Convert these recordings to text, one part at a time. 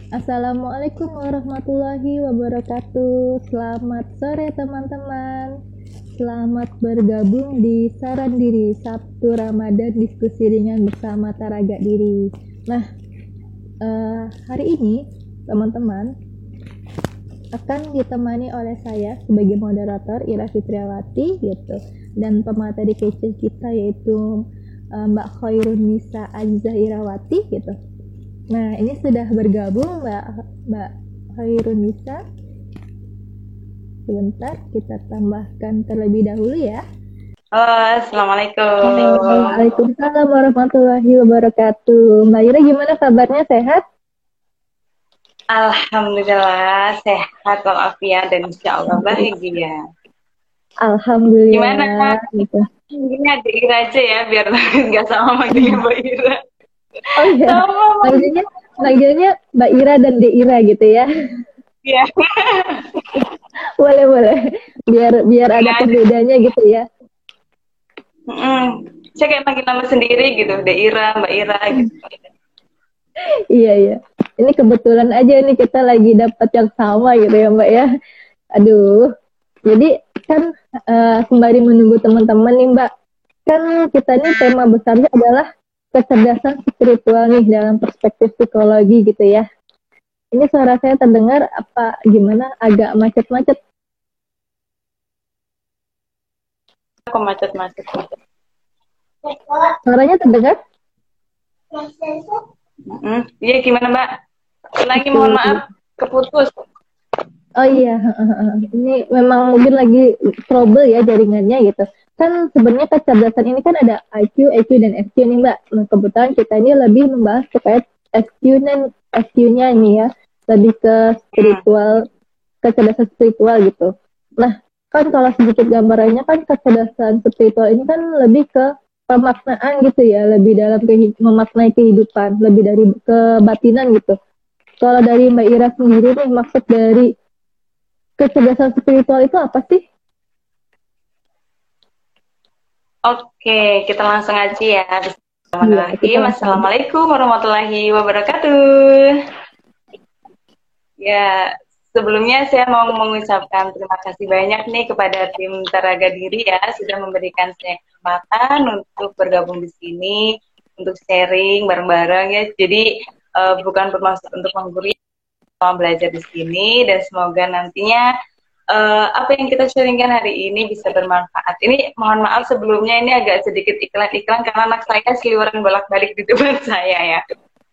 Assalamualaikum warahmatullahi wabarakatuh. Selamat sore teman-teman. Selamat bergabung di Saran Diri Sabtu Ramadan diskusi ringan bersama Taraga Diri. Nah, hari ini teman-teman akan ditemani oleh saya sebagai moderator Ira Fitriawati gitu, dan pemateri kece kita yaitu Mbak Khairun Nisa Azizah Irawati gitu. Nah, ini sudah bergabung Mbak Khairun Nisa. Sebentar, kita tambahkan terlebih dahulu ya. Halo, Assalamualaikum. Waalaikumsalam warahmatullahi wabarakatuh. Mbak Ira, gimana kabarnya? Sehat? Alhamdulillah sehat walafiat dan insya Allah bahagia. Alhamdulillah. Gimana? Gitu. Ini ada Ira aja ya biar nggak sama manggilnya Mbak Ira. Oh iya, manggilnya Mbak Ira dan De Ira gitu ya? Iya. Boleh. Biar ada perbedaannya gitu ya. Saya kayak manggil nama sendiri gitu, De Ira, Mbak Ira gitu. Iya. Ini kebetulan aja nih kita lagi dapat yang sama gitu ya Mbak ya. Aduh. Jadi kan sembari menunggu teman-teman nih Mbak, kan kita nih tema besarnya adalah kecerdasan spiritual nih dalam perspektif psikologi gitu ya. Ini suara saya terdengar apa gimana? Agak macet-macet. Kok macet-macet? Suaranya terdengar? Iya, gimana Mbak? Lagi mohon maaf, keputus. Oh iya, ini memang mungkin lagi trouble ya jaringannya gitu. Kan sebenarnya kecerdasan ini kan ada IQ, EQ, dan SQ nih Mbak. Nah, kebetulan kita ini lebih membahas terkait SQ-nya nih ya, lebih ke spiritual, kecerdasan spiritual gitu. Nah, kan kalau sedikit gambarannya kan kecerdasan spiritual ini kan lebih ke pemaknaan gitu ya, lebih dalam memaknai kehidupan, lebih dari kebatinan gitu. Kalau dari Mbak Ira sendiri nih, maksud dari kecerdasan spiritual itu apa sih? Oke, kita langsung aja ya. Bismillahirrahmanirrahim. Assalamualaikum warahmatullahi wabarakatuh. Ya, sebelumnya saya mau mengucapkan terima kasih banyak nih kepada tim Taraga Diri ya, sudah memberikan saya kesempatan untuk bergabung di sini, untuk sharing bareng-bareng ya. Jadi bukan bermaksud untuk menggurui, sama belajar di sini, dan semoga nantinya apa yang kita sharingkan hari ini bisa bermanfaat. Ini mohon maaf sebelumnya, ini agak sedikit iklan-iklan karena anak saya seliweran bolak-balik di depan saya ya.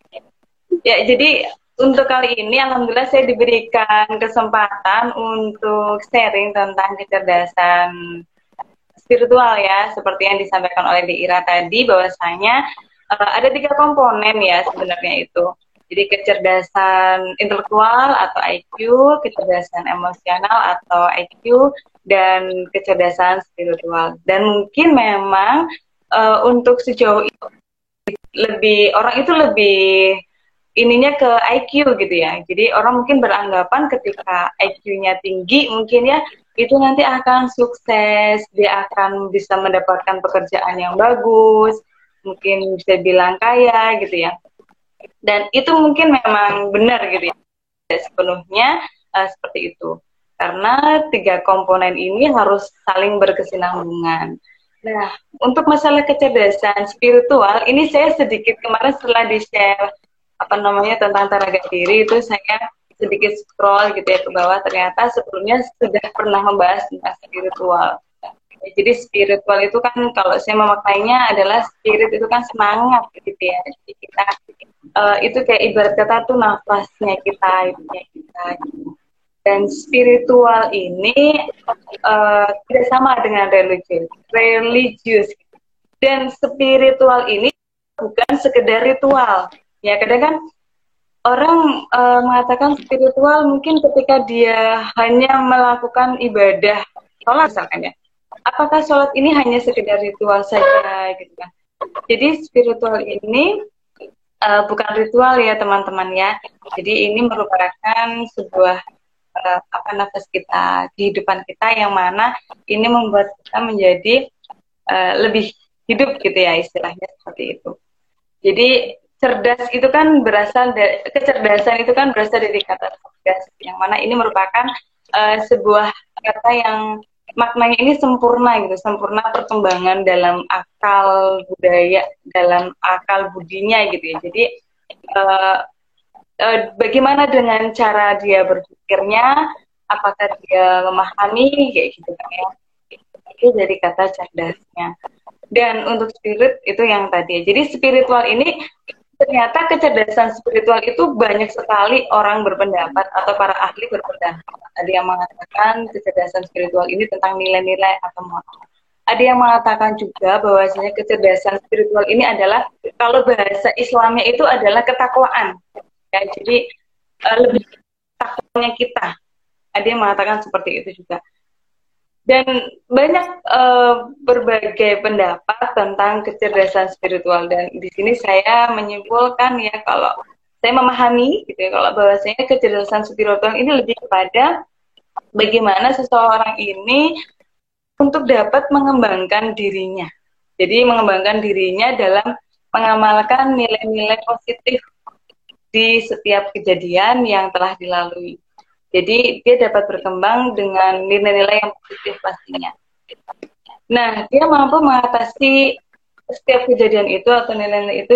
Ya, jadi untuk kali ini alhamdulillah saya diberikan kesempatan untuk sharing tentang kecerdasan spiritual ya, seperti yang disampaikan oleh Ira tadi, bahwasanya ada 3 komponen ya sebenarnya itu. Jadi kecerdasan intelektual atau IQ, kecerdasan emosional atau IQ, dan kecerdasan spiritual. Dan mungkin memang untuk sejauh itu orang itu lebih ininya ke IQ gitu ya. Jadi orang mungkin beranggapan ketika IQ-nya tinggi mungkin ya itu nanti akan sukses, dia akan bisa mendapatkan pekerjaan yang bagus, mungkin bisa bilang kaya gitu ya. Dan itu mungkin memang benar gitu ya, tidak sepenuhnya seperti itu. Karena 3 komponen ini harus saling berkesinambungan. Nah, untuk masalah kecerdasan spiritual, ini saya sedikit kemarin setelah di-share tentang Taraga Diri, itu saya sedikit scroll gitu ya ke bawah, ternyata sebelumnya sudah pernah membahas tentang spiritual. Jadi spiritual itu kan kalau saya memaknainya adalah spirit itu kan semangat gitu ya. Jadi kita itu kayak ibarat kata tuh nafasnya kita, hidupnya kita gitu. Dan spiritual ini tidak sama dengan religius. Dan spiritual ini bukan sekedar ritual. Ya kadang kan orang mengatakan spiritual mungkin ketika dia hanya melakukan ibadah sholat misalkan ya. Apakah sholat ini hanya sekedar ritual saja gitu kan? Jadi spiritual ini bukan ritual ya teman-teman ya. Jadi ini merupakan sebuah nafas kita, kehidupan kita yang mana ini membuat kita menjadi lebih hidup gitu ya, istilahnya seperti itu. Jadi cerdas itu kan berasal dari kecerdasan itu kan berasal dari kata cerdas, yang mana ini merupakan sebuah kata yang maknanya ini sempurna gitu, sempurna perkembangan dalam akal budaya, dalam akal budinya gitu ya. Jadi bagaimana dengan cara dia berpikirnya, apakah dia memahami kayak gitu kan ya. Itu dari kata cerdasnya. Dan untuk spirit itu yang tadi. Jadi spiritual ini ternyata kecerdasan spiritual itu banyak sekali orang berpendapat atau para ahli berpendapat. Ada yang mengatakan kecerdasan spiritual ini tentang nilai-nilai atau moral. Ada yang mengatakan juga bahwasanya kecerdasan spiritual ini adalah, kalau bahasa Islamnya itu adalah ketakwaan. Ya, jadi lebih takwanya kita. Ada yang mengatakan seperti itu juga. Dan banyak berbagai pendapat tentang kecerdasan spiritual, dan di sini saya menyimpulkan ya, kalau saya memahami gitu ya, kalau bahwasanya kecerdasan spiritual ini lebih kepada bagaimana seseorang ini untuk dapat mengembangkan dirinya. Jadi mengembangkan dirinya dalam mengamalkan nilai-nilai positif di setiap kejadian yang telah dilalui. Jadi dia dapat berkembang dengan nilai-nilai yang positif pastinya. Nah, dia mampu mengatasi setiap kejadian itu atau nilai-nilai itu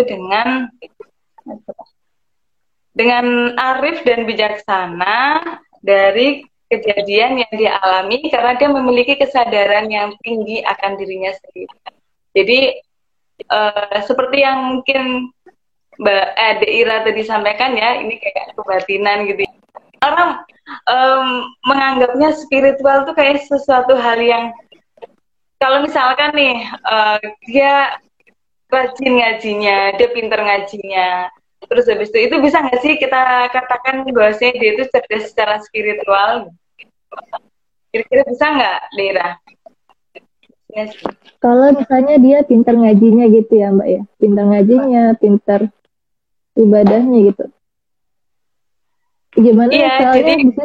dengan arif dan bijaksana dari kejadian yang dia alami, karena dia memiliki kesadaran yang tinggi akan dirinya sendiri. Jadi seperti yang mungkin Mbak Deira tadi sampaikan ya, ini kayak kebatinan gitu. Orang menganggapnya spiritual tuh kayak sesuatu hal yang, kalau misalkan nih dia rajin ngajinya, dia pinter ngajinya, terus habis itu bisa nggak sih kita katakan bahwasanya dia itu cerdas secara spiritual? Kira-kira bisa nggak, Dera? Yes. Kalau misalnya dia pinter ngajinya gitu ya Mbak ya, pinter ngajinya, pinter ibadahnya gitu. Gimana iya, jadi bisa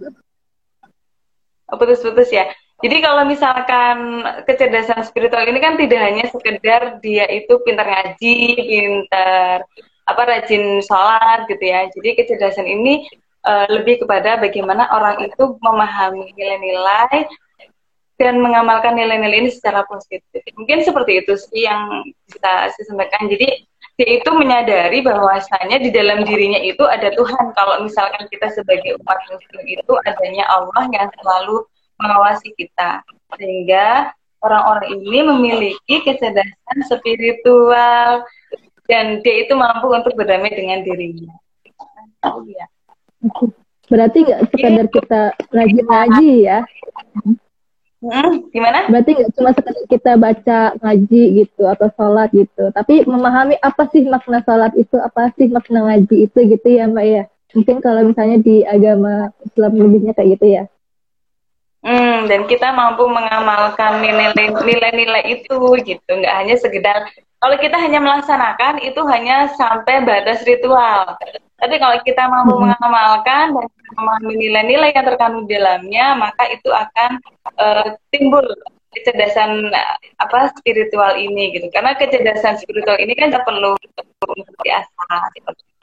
putus-putus ya. Jadi kalau misalkan kecerdasan spiritual ini kan tidak hanya sekedar dia itu pintar ngaji, pintar rajin sholat gitu ya. Jadi kecerdasan ini lebih kepada bagaimana orang itu memahami nilai-nilai dan mengamalkan nilai-nilai ini secara positif. Mungkin seperti itu sih yang bisa saya sampaikan. Jadi dia itu menyadari bahwasanya di dalam dirinya itu ada Tuhan. Kalau misalkan kita sebagai umat Muslim itu adanya Allah yang selalu mengawasi kita, sehingga orang-orang ini memiliki kecerdasan spiritual dan dia itu mampu untuk berdamai dengan dirinya. Ya. Berarti nggak sekadar kita rajin ngaji ya? Gimana? Berarti nggak cuma sekadar kita baca ngaji gitu atau sholat gitu, tapi memahami apa sih makna sholat itu, apa sih makna ngaji itu gitu ya Mbak ya? Mungkin kalau misalnya di agama Islam lebihnya kayak gitu ya. Dan kita mampu mengamalkan nilai-nilai itu gitu, nggak hanya sekedar, kalau kita hanya melaksanakan itu hanya sampai batas ritual. Tapi kalau kita mampu mengamalkan dan memahami nilai-nilai yang terkandung di dalamnya, maka itu akan timbul kecerdasan spiritual ini gitu. Karena kecerdasan spiritual ini kan perlu diasah.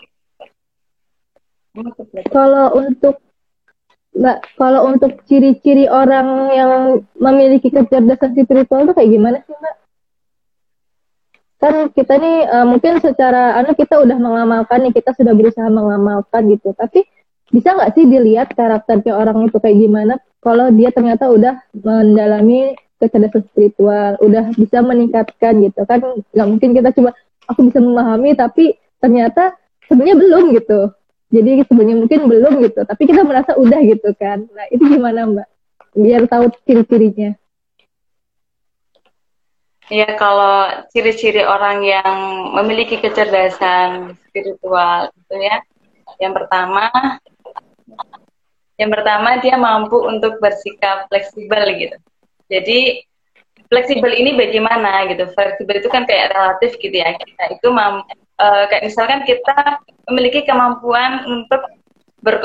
Kalau untuk ciri-ciri orang yang memiliki kecerdasan spiritual itu kayak gimana sih Mbak? Kan kita nih mungkin secara kita udah mengamalkan nih, kita sudah berusaha mengamalkan gitu, tapi bisa nggak sih dilihat karakternya orang itu kayak gimana kalau dia ternyata udah mendalami kecerdasan spiritual, udah bisa meningkatkan gitu kan? Nggak mungkin kita coba aku bisa memahami tapi ternyata sebenarnya belum gitu. Jadi sebenarnya mungkin belum gitu, tapi kita merasa udah gitu kan. Nah itu gimana Mbak? Biar tahu ciri-cirinya. Ya, kalau ciri-ciri orang yang memiliki kecerdasan spiritual itu ya, yang pertama dia mampu untuk bersikap fleksibel gitu. Jadi fleksibel ini bagaimana gitu? Fleksibel itu kan kayak relatif gitu ya. Kita itu kayak misalkan kita memiliki kemampuan untuk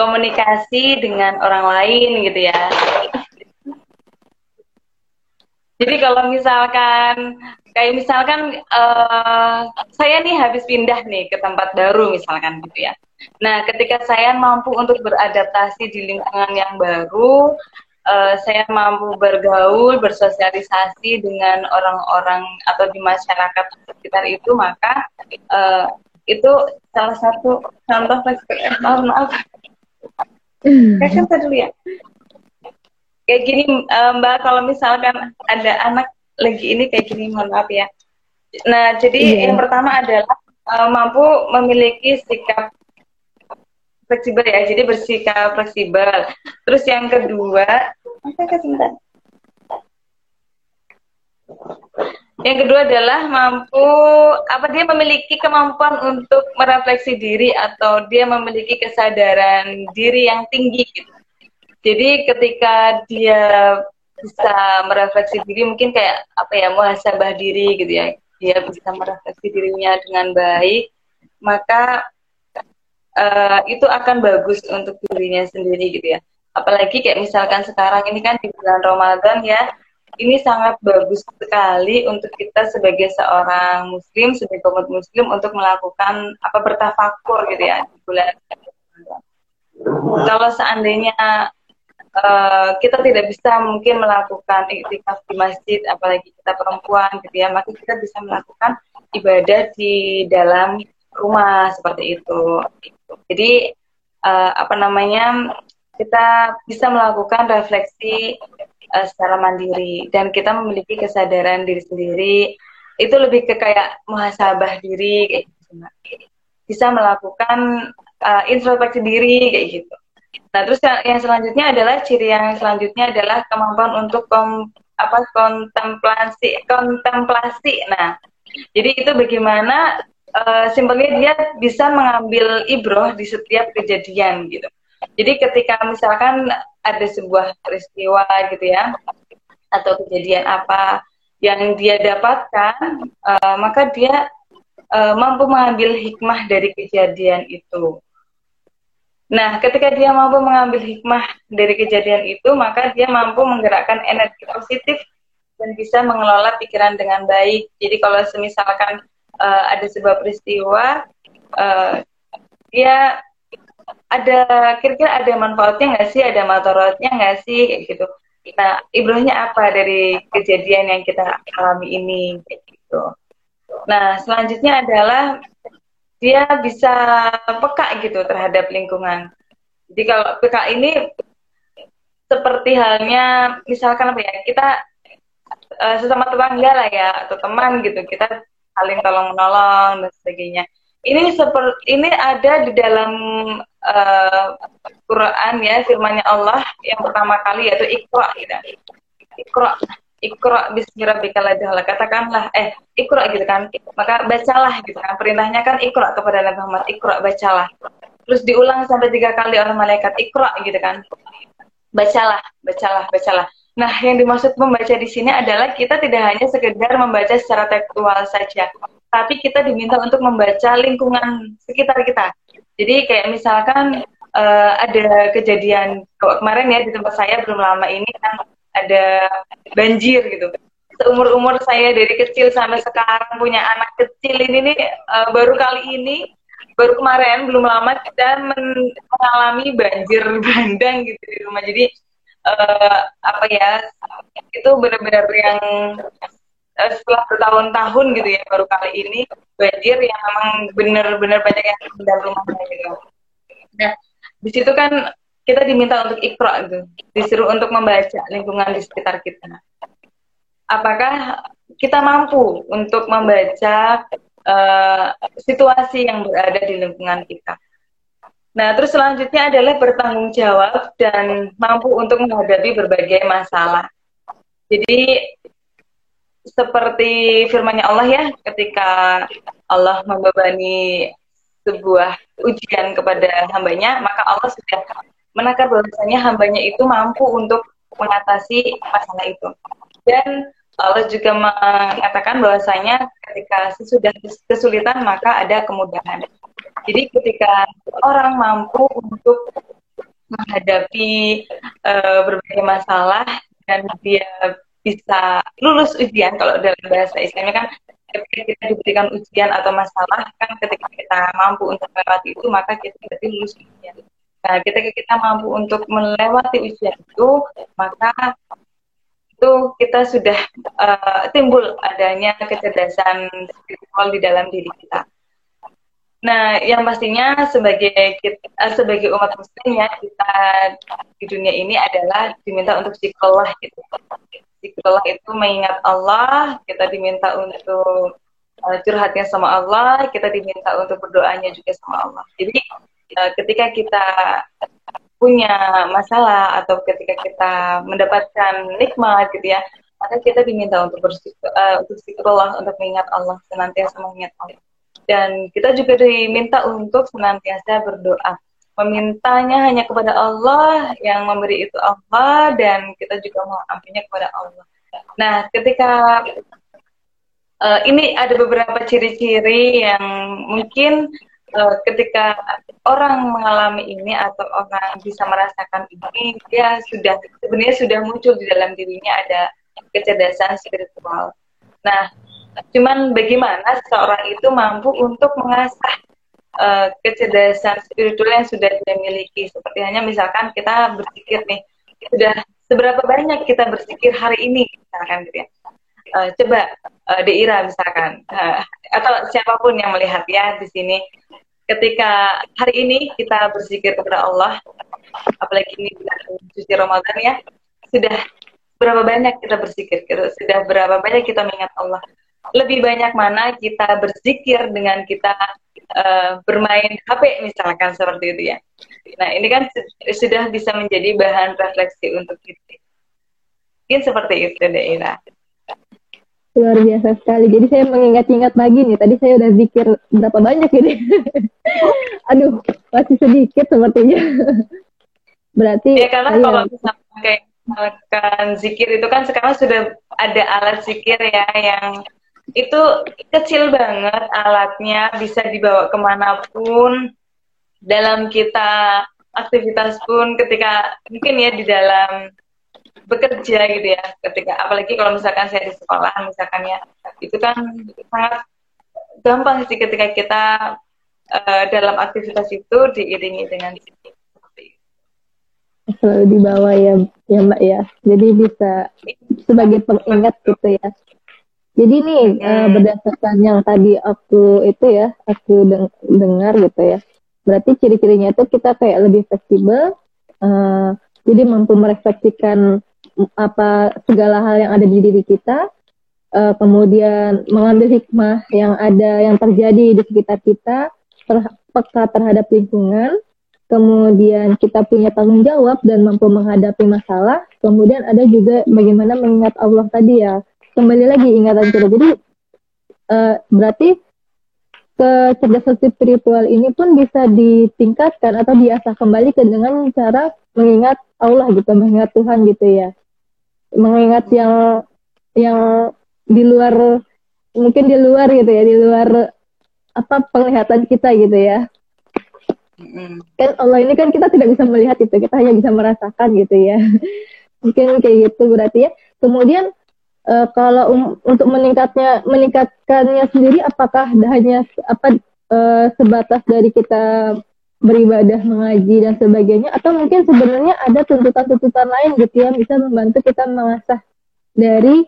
berkomunikasi dengan orang lain gitu ya. Jadi kalau misalkan kayak misalkan saya nih habis pindah nih ke tempat baru misalkan gitu ya. Nah, ketika saya mampu untuk beradaptasi di lingkungan yang baru, saya mampu bergaul, bersosialisasi dengan orang-orang atau di masyarakat sekitar itu, maka eh, itu salah satu contoh maaf, kan dulu ya. Kayak gini, Mbak, kalau misalkan ada anak lagi ini kayak gini, mohon maaf ya. Nah, jadi yang pertama adalah mampu memiliki sikap fleksibel ya, jadi bersikap fleksibel. Terus yang kedua, yang kedua adalah mampu dia memiliki kemampuan untuk merefleksi diri atau dia memiliki kesadaran diri yang tinggi gitu. Jadi ketika dia bisa merefleksi diri, mungkin kayak muhasabah diri gitu ya, dia bisa merefleksi dirinya dengan baik, maka itu akan bagus untuk dirinya sendiri gitu ya. Apalagi kayak misalkan sekarang ini kan di bulan Ramadan ya, ini sangat bagus sekali untuk kita sebagai seorang muslim, sebagai umat muslim untuk melakukan bertafakur gitu ya di bulan Ramadan. Kalau seandainya kita tidak bisa mungkin melakukan iktikaf di masjid, apalagi kita perempuan gitu ya, maka kita bisa melakukan ibadah di dalam rumah seperti itu. Jadi kita bisa melakukan refleksi secara mandiri dan kita memiliki kesadaran diri sendiri. Itu lebih ke kayak muhasabah diri kayak gitu, bisa melakukan introspeksi diri kayak gitu. Nah, terus yang selanjutnya adalah ciri yang selanjutnya adalah kemampuan untuk kontemplasi. Nah, jadi itu bagaimana simpelnya dia bisa mengambil ibroh di setiap kejadian gitu. Jadi ketika misalkan ada sebuah peristiwa gitu ya, atau kejadian apa yang dia dapatkan, maka dia mampu mengambil hikmah dari kejadian itu. Nah, ketika dia mampu mengambil hikmah dari kejadian itu, maka dia mampu menggerakkan energi positif dan bisa mengelola pikiran dengan baik. Jadi kalau semisalkan ada sebuah peristiwa, dia kira-kira ada manfaatnya nggak sih, ada madharatnya nggak sih, kayak gitu. Nah, ibrohnya apa dari kejadian yang kita alami ini, kayak gitu. Nah, selanjutnya adalah dia bisa peka gitu terhadap lingkungan. Jadi kalau peka ini seperti halnya misalkan kita sesama tetangga lah ya, atau teman gitu, kita saling tolong menolong dan sebagainya. Ini ada di dalam Quran ya, firman-Nya Allah yang pertama kali yaitu Iqra gitu. Iqra bismi rabbikal ladzi khalaq. Katakanlah Iqra gitu kan. Maka bacalah gitu kan. Perintahnya kan Iqra kepada Nabi Muhammad, Iqra bacalah. Terus diulang sampai 3 kali oleh malaikat, Iqra gitu kan. Bacalah. Nah, yang dimaksud membaca di sini adalah kita tidak hanya sekedar membaca secara tekstual saja, tapi kita diminta untuk membaca lingkungan sekitar kita. Jadi kayak misalkan ada kejadian kemarin ya di tempat saya belum lama ini kan ada banjir gitu. Seumur-umur saya dari kecil sampai sekarang punya anak kecil ini nih baru kemarin belum lama kita mengalami banjir bandang gitu di rumah. Jadi itu benar-benar yang setelah bertahun-tahun gitu ya, baru kali ini banjir yang memang benar-benar banyak yang dalam rumahnya gitu. Nah, di situ kan kita diminta untuk Iqra gitu, disuruh untuk membaca lingkungan di sekitar kita. Apakah kita mampu untuk membaca situasi yang berada di lingkungan kita? Nah, terus selanjutnya adalah bertanggung jawab dan mampu untuk menghadapi berbagai masalah. Jadi seperti firman-Nya Allah ya, ketika Allah membebani sebuah ujian kepada hambanya, maka Allah sudah menakar bahwasanya hambanya itu mampu untuk mengatasi masalah itu. Dan Allah juga mengatakan bahwasanya ketika sesudah kesulitan maka ada kemudahan. Jadi ketika orang mampu untuk menghadapi berbagai masalah dan dia bisa lulus ujian. Kalau dalam bahasa Islamnya kan ketika kita diberikan ujian atau masalah kan ketika kita mampu untuk melewati itu maka kita berarti lulus ujian. Nah, ketika kita mampu untuk melewati ujian itu maka itu kita sudah timbul adanya kecerdasan spiritual di dalam diri kita. Nah, yang pastinya sebagai umat muslim ya, kita di dunia ini adalah diminta untuk zikrullah gitu. Zikrullah itu mengingat Allah, kita diminta untuk curhatnya sama Allah, kita diminta untuk berdoanya juga sama Allah. Jadi ketika kita punya masalah atau ketika kita mendapatkan nikmat gitu ya, maka kita diminta untuk zikrullah, untuk mengingat Allah, senantiasa mengingat Allah. Dan kita juga diminta untuk senantiasa berdoa. Memintanya hanya kepada Allah, yang memberi itu Allah, dan kita juga mengampinya kepada Allah. Nah, ketika ini ada beberapa ciri-ciri yang mungkin ketika orang mengalami ini atau orang bisa merasakan ini, dia sebenarnya sudah muncul di dalam dirinya ada kecerdasan spiritual. Nah, cuman bagaimana seseorang itu mampu untuk mengasah kecerdasan spiritual yang sudah dia miliki. Seperti hanya misalkan kita berpikir nih, sudah seberapa banyak kita berpikir hari ini, misalkan gitu ya. Coba Deira misalkan, atau siapapun yang melihat ya di sini, ketika hari ini kita berzikir kepada Allah, apalagi ini bulan suci Ramadan ya, sudah berapa banyak kita berzikir, sudah berapa banyak kita mengingat Allah. Lebih banyak mana kita berzikir dengan kita bermain HP misalkan seperti itu ya. Nah ini kan sudah bisa menjadi bahan refleksi untuk kita. Mungkin seperti itu Deira. Luar biasa sekali. Jadi saya mengingat-ingat lagi nih. Tadi saya udah zikir berapa banyak ini. Aduh, masih sedikit sepertinya. Berarti ya karena kalau misalkan kayak zikir itu kan sekarang sudah ada alat zikir ya yang itu kecil banget alatnya, bisa dibawa kemanapun, dalam kita aktivitas pun, ketika mungkin ya di dalam bekerja gitu ya, ketika apalagi kalau misalkan saya di sekolah misalkan ya, itu kan sangat gampang sih ketika kita dalam aktivitas itu diiringi dengan selalu dibawa ya Mbak ya, jadi bisa sebagai pengingat gitu ya. Jadi nih berdasarkan yang tadi aku dengar gitu ya, berarti ciri-cirinya itu kita kayak lebih fleksibel, jadi mampu merefleksikan apa segala hal yang ada di diri kita, kemudian mengambil hikmah yang ada yang terjadi di sekitar kita, peka terhadap lingkungan, kemudian kita punya tanggung jawab dan mampu menghadapi masalah, kemudian ada juga bagaimana mengingat Allah tadi ya. Kembali lagi ingatan kita. Jadi berarti kecerdasan spiritual ini pun bisa ditingkatkan atau diasah kembali dengan cara mengingat Allah gitu, mengingat Tuhan gitu ya. Mengingat yang di luar, mungkin di luar gitu ya, di luar apa penglihatan kita gitu ya. Kan Allah ini kan kita tidak bisa melihat itu, kita hanya bisa merasakan gitu ya. Mungkin kayak gitu berarti ya. Kemudian kalau untuk meningkatkannya sendiri, apakah hanya sebatas dari kita beribadah, mengaji dan sebagainya, atau mungkin sebenarnya ada tuntutan-tuntutan lain gitu yang bisa membantu kita mengasah dari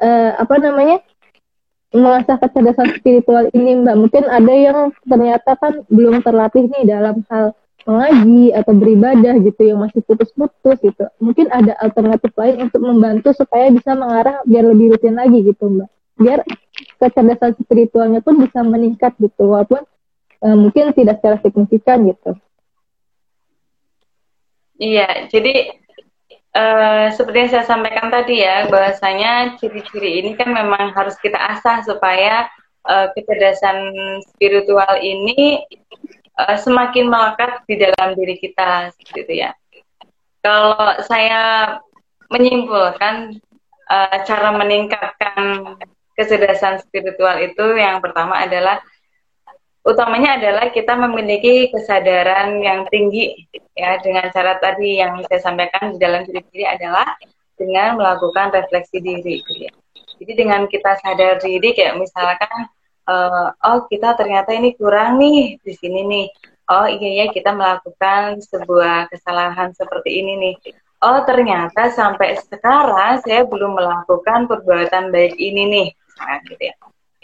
mengasah kecerdasan spiritual ini, Mbak. Mungkin ada yang ternyata kan belum terlatih nih dalam hal mengaji atau beribadah gitu, yang masih putus-putus gitu. Mungkin ada alternatif lain untuk membantu supaya bisa mengarah biar lebih rutin lagi gitu, Mbak. Biar kecerdasan spiritualnya pun bisa meningkat gitu, walaupun mungkin tidak secara signifikan gitu. Iya, jadi seperti yang saya sampaikan tadi ya, bahwasanya ciri-ciri ini kan memang harus kita asah supaya kecerdasan spiritual ini semakin melekat di dalam diri kita, gitu ya. Kalau saya menyimpulkan cara meningkatkan kecerdasan spiritual itu, yang pertama utamanya adalah kita memiliki kesadaran yang tinggi ya, dengan cara tadi yang saya sampaikan di dalam diri adalah dengan melakukan refleksi diri gitu ya. Jadi dengan kita sadar diri kayak misalkan oh kita ternyata ini kurang nih di sini nih. Oh iya ya kita melakukan sebuah kesalahan seperti ini nih. Oh ternyata sampai sekarang saya belum melakukan perbuatan baik ini nih, misalnya gitu ya.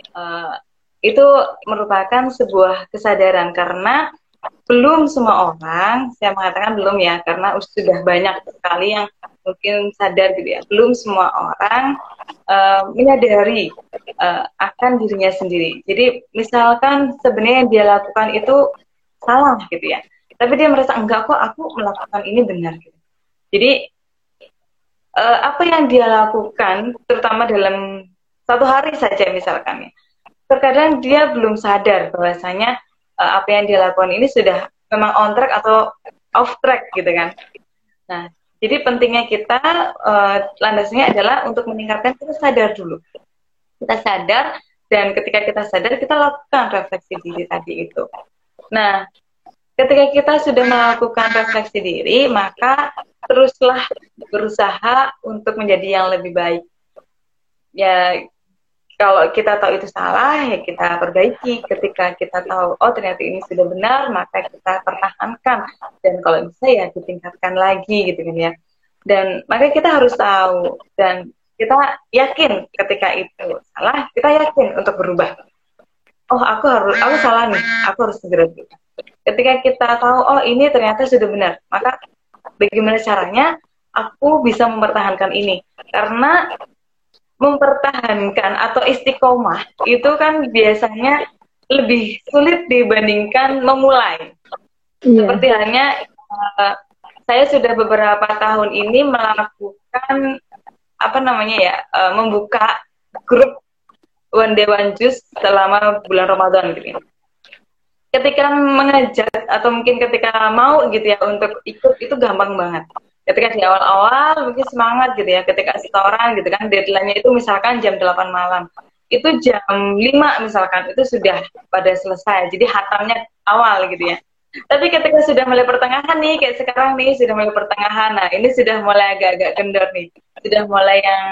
Itu merupakan sebuah kesadaran karena belum semua orang, saya mengatakan belum ya, karena sudah banyak sekali yang mungkin sadar gitu ya. Belum semua orang menyadari akan dirinya sendiri. Jadi misalkan sebenarnya yang dia lakukan itu salah gitu ya, tapi dia merasa enggak kok aku melakukan ini benar gitu. Jadi apa yang dia lakukan, terutama dalam satu hari saja misalkan ya, terkadang dia belum sadar bahwasanya apa yang dia lakukan ini sudah memang on track atau off track gitu kan. Nah, jadi pentingnya kita landasnya adalah untuk meningkatkan kita sadar dulu. Kita sadar dan ketika kita sadar kita lakukan refleksi diri tadi itu. Nah, ketika kita sudah melakukan refleksi diri, maka teruslah berusaha untuk menjadi yang lebih baik. Ya, kalau kita tahu itu salah, ya kita perbaiki. Ketika kita tahu, oh ternyata ini sudah benar, maka kita pertahankan. Dan kalau bisa ya ditingkatkan lagi gitu kan ya. Dan maka kita harus tahu dan kita yakin ketika itu salah, kita yakin untuk berubah. Oh aku salah nih, aku harus segera berubah. Ketika kita tahu, oh ini ternyata sudah benar, maka bagaimana caranya aku bisa mempertahankan ini? Karena mempertahankan atau istiqomah itu kan biasanya lebih sulit dibandingkan memulai. Seperti halnya saya sudah beberapa tahun ini melakukan membuka grup One Day One Juice selama bulan Ramadan gitu. Ketika mengajak atau mungkin ketika mau gitu ya untuk ikut itu gampang banget. Ketika di awal-awal mungkin semangat gitu ya, ketika setoran gitu kan, deadline-nya itu misalkan jam 8 malam. Itu jam 5 misalkan, itu sudah pada selesai. Jadi hatamnya awal gitu ya. Tapi ketika sudah mulai pertengahan nih, kayak sekarang nih, sudah mulai pertengahan, nah ini sudah mulai agak-agak kendor nih. Sudah mulai yang,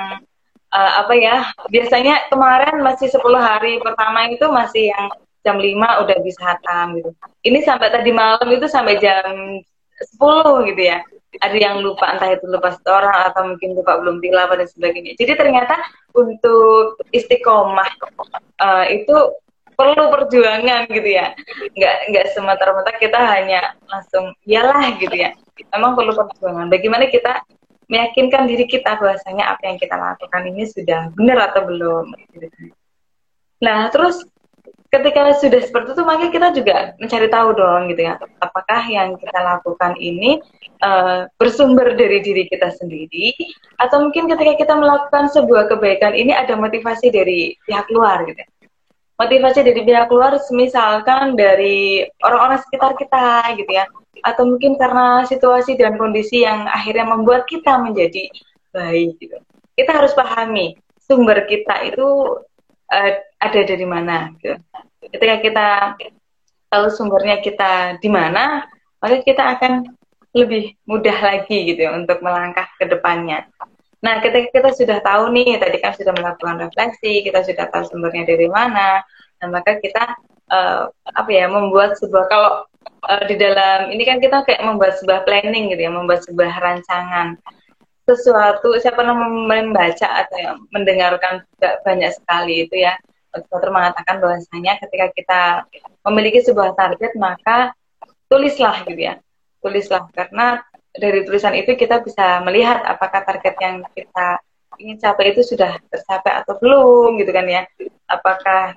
biasanya kemarin masih 10 hari pertama itu masih yang jam 5 udah bisa hatam gitu. Ini sampai tadi malam itu sampai jam 10 gitu ya. Ada yang lupa, entah itu lupa setoran atau mungkin lupa belum tilawah dan sebagainya. Jadi ternyata untuk istiqomah itu perlu perjuangan gitu ya. Nggak semata-mata kita hanya langsung iyalah gitu ya. Memang perlu perjuangan. Bagaimana kita meyakinkan diri kita bahwasanya apa yang kita lakukan ini sudah benar atau belum. Gitu. Nah terus ketika sudah seperti itu, maka kita juga mencari tahu dong gitu ya, apakah yang kita lakukan ini bersumber dari diri kita sendiri, atau mungkin ketika kita melakukan sebuah kebaikan ini ada motivasi dari pihak luar gitu ya. Motivasi dari pihak luar misalkan dari orang-orang sekitar kita gitu ya, atau mungkin karena situasi dan kondisi yang akhirnya membuat kita menjadi baik gitu. Kita harus pahami sumber kita itu ada dari mana gitu. Ketika kita tahu sumbernya kita di mana, maka kita akan lebih mudah lagi gitu ya untuk melangkah ke depannya. Nah, ketika kita sudah tahu nih, tadi kan sudah melakukan refleksi, kita sudah tahu sumbernya dari mana, nah maka kita membuat sebuah, kalau di dalam ini kan kita kayak membuat sebuah planning gitu ya, membuat sebuah rancangan sesuatu. Saya pernah membaca atau mendengarkan juga banyak sekali itu ya, dokter mengatakan bahwasanya ketika kita memiliki sebuah target, maka tulislah gitu ya, tulislah, karena dari tulisan itu kita bisa melihat apakah target yang kita ingin capai itu sudah tercapai atau belum gitu kan ya, apakah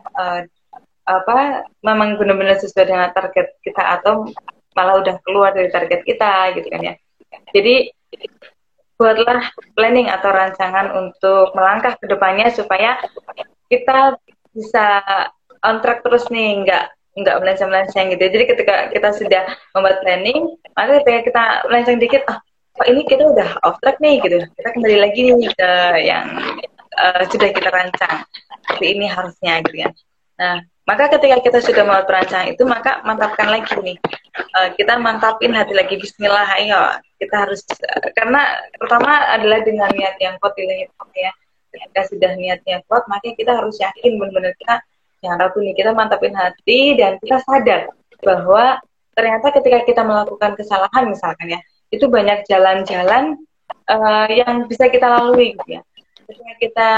memang benar-benar sesuai dengan target kita atau malah udah keluar dari target kita gitu kan ya. Jadi buatlah planning atau rancangan untuk melangkah ke depannya supaya kita bisa on track terus nih, nggak melenceng-melenceng gitu. Jadi ketika kita sudah membuat planning, maka ketika kita melenceng dikit, ini kita udah off track nih gitu. Kita kembali lagi nih ke yang sudah kita rancang. Seperti ini harusnya gitu ya. Nah, maka ketika kita sudah membuat perancangan itu, maka mantapkan lagi nih. Kita mantapin hati lagi, bismillah, ayo Kita harus karena pertama adalah dengan niat yang kuat ya. Ketika sudah niatnya kuat, maka kita harus yakin benar-benar kita yang ragu nih, kita mantapin hati dan kita sadar bahwa ternyata ketika kita melakukan kesalahan misalkan ya, itu banyak jalan-jalan yang bisa kita lalui gitu ya. Ketika kita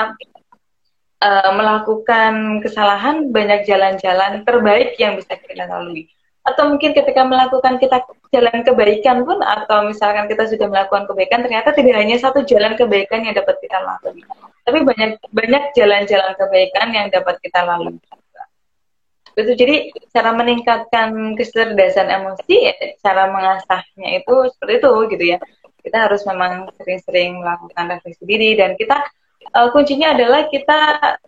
melakukan kesalahan, banyak jalan-jalan terbaik yang bisa kita lalui. Atau mungkin ketika melakukan kita jalan kebaikan pun, atau misalkan kita sudah melakukan kebaikan, ternyata tidak hanya satu jalan kebaikan yang dapat kita lalui, tapi banyak jalan-jalan kebaikan yang dapat kita lalui. Betul, jadi cara meningkatkan kecerdasan emosi, ya, cara mengasahnya itu seperti itu gitu ya. Kita harus memang sering-sering melakukan refleksi diri, dan kita kuncinya adalah kita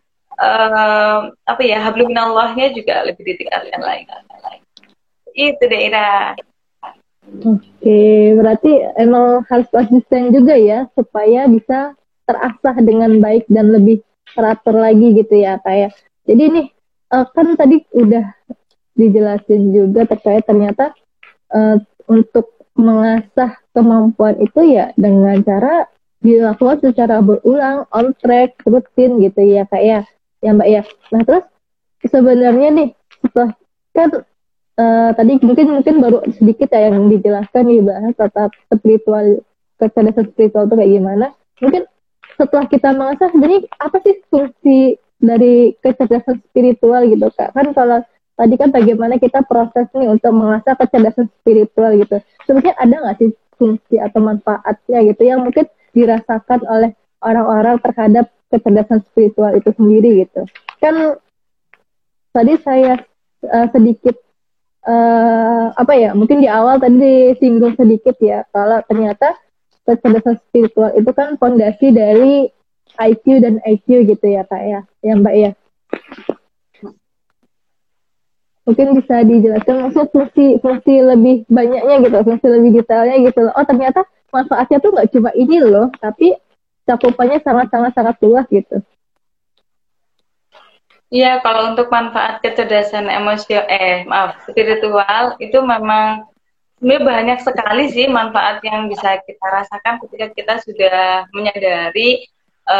hablum minallahnya juga lebih ditingkatkan lagi. Itu daerah. Oke, berarti emang harus konsisten juga ya supaya bisa terasah dengan baik dan lebih teratur lagi gitu ya kayak. Jadi nih kan tadi udah dijelasin juga terkait ternyata untuk mengasah kemampuan itu ya dengan cara dilakukan secara berulang, on track, rutin gitu ya kayak ya Mbak ya. Nah terus sebenarnya nih setelah kan tadi mungkin baru sedikit ya yang dijelaskan dibahas tentang spiritual, kecerdasan spiritual itu kayak gimana. Mungkin setelah kita mengasah sebenarnya apa sih fungsi dari kecerdasan spiritual gitu Kak? Kan kalau tadi kan bagaimana kita proses nih untuk mengasah kecerdasan spiritual gitu. Sebenarnya ada nggak sih fungsi atau manfaatnya gitu yang mungkin dirasakan oleh orang-orang terhadap kecerdasan spiritual itu sendiri gitu? Kan tadi saya sedikit mungkin di awal tadi disinggung sedikit ya kalau ternyata kecerdasan spiritual itu kan fondasi dari IQ dan EQ gitu ya Kak ya Mbak ya. Mungkin bisa dijelaskan maksudnya fungsi lebih banyaknya gitu, fungsi lebih detailnya gitu loh. Oh ternyata manfaatnya tuh nggak cuma ini loh, tapi cakupannya sangat luas gitu. Iya, kalau untuk manfaat kecerdasan spiritual itu memang sebenarnya banyak sekali sih manfaat yang bisa kita rasakan ketika kita sudah menyadari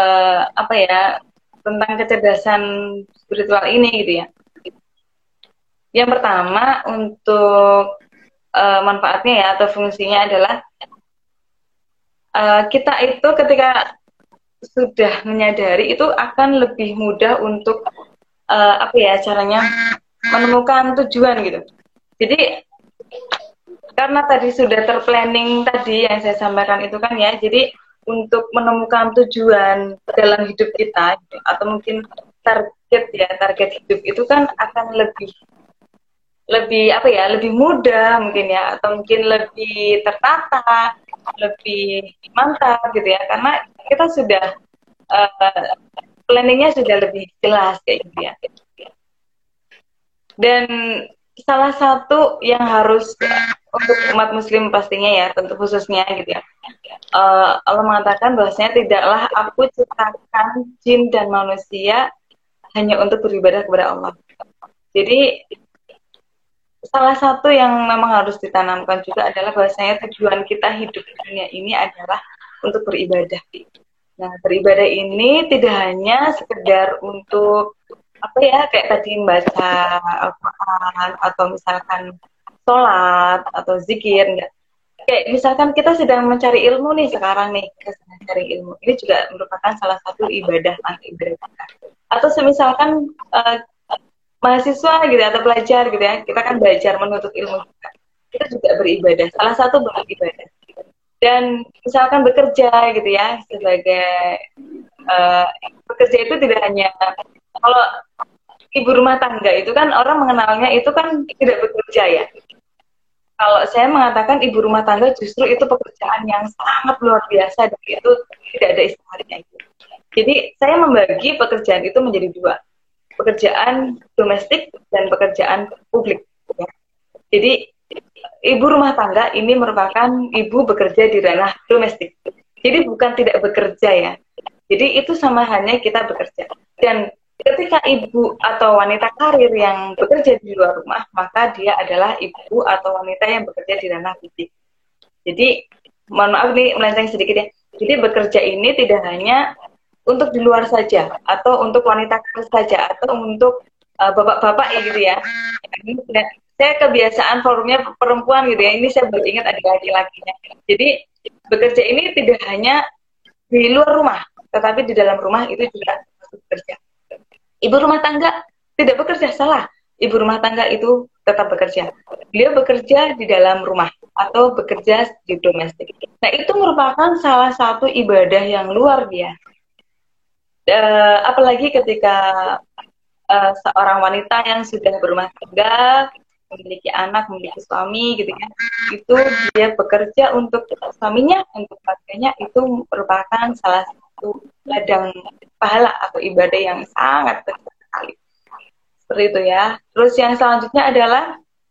tentang kecerdasan spiritual ini gitu ya. Yang pertama untuk manfaatnya ya atau fungsinya adalah kita itu ketika sudah menyadari itu akan lebih mudah untuk caranya menemukan tujuan gitu. Jadi karena tadi sudah terplanning tadi yang saya sampaikan itu kan ya, jadi untuk menemukan tujuan dalam hidup kita gitu, atau mungkin target hidup itu kan akan lebih mudah mungkin ya, atau mungkin lebih tertata, lebih mantap gitu ya, karena kita sudah planningnya sudah lebih jelas kayak gitu ya. Dan salah satu yang harus untuk umat muslim pastinya ya, tentu khususnya gitu ya, Allah mengatakan bahwasanya tidaklah aku ciptakan jin dan manusia hanya untuk beribadah kepada Allah. Jadi salah satu yang memang harus ditanamkan juga adalah bahwasanya tujuan kita hidup di dunia ini adalah untuk beribadah. Nah, beribadah ini tidak hanya sekedar untuk kayak tadi membaca Al-Quran atau misalkan sholat atau zikir, enggak. Kayak misalkan kita sedang mencari ilmu nih sekarang nih, kita sedang mencari ilmu. Ini juga merupakan salah satu ibadah kita. Atau semisalkan mahasiswa gitu atau pelajar gitu ya, kita kan belajar menuntut ilmu kita juga beribadah. Salah satu beribadah. Dan misalkan bekerja gitu ya, sebagai bekerja itu tidak hanya, kalau ibu rumah tangga itu kan orang mengenalnya itu kan tidak bekerja ya. Kalau saya mengatakan ibu rumah tangga justru itu pekerjaan yang sangat luar biasa dan itu tidak ada istilahnya itu. Jadi saya membagi pekerjaan itu menjadi dua, pekerjaan domestik dan pekerjaan publik. Ya. Jadi ibu rumah tangga ini merupakan ibu bekerja di ranah domestik. Jadi bukan tidak bekerja ya. Jadi itu sama halnya kita bekerja. Dan ketika ibu atau wanita karir yang bekerja di luar rumah, maka dia adalah ibu atau wanita yang bekerja di ranah publik. Jadi mohon maaf nih melenceng sedikit ya. Jadi bekerja ini tidak hanya untuk di luar saja, atau untuk wanita saja, atau untuk bapak-bapak ya gitu ya. Ini saya kebiasaan forumnya perempuan gitu ya. Ini saya baru ingat ada laki-lakinya. Jadi bekerja ini tidak hanya di luar rumah, tetapi di dalam rumah itu juga bekerja. Ibu rumah tangga tidak bekerja, salah. Ibu rumah tangga itu tetap bekerja. Beliau bekerja di dalam rumah atau bekerja di domestik. Nah, itu merupakan salah satu ibadah yang luar biasa. Apalagi ketika seorang wanita yang sudah berumah tangga, memiliki anak, memiliki suami gitu kan, itu dia bekerja untuk suaminya, untuk keluarganya, itu merupakan salah satu ladang pahala atau ibadah yang sangat besar sekali. Seperti itu ya. Terus yang selanjutnya adalah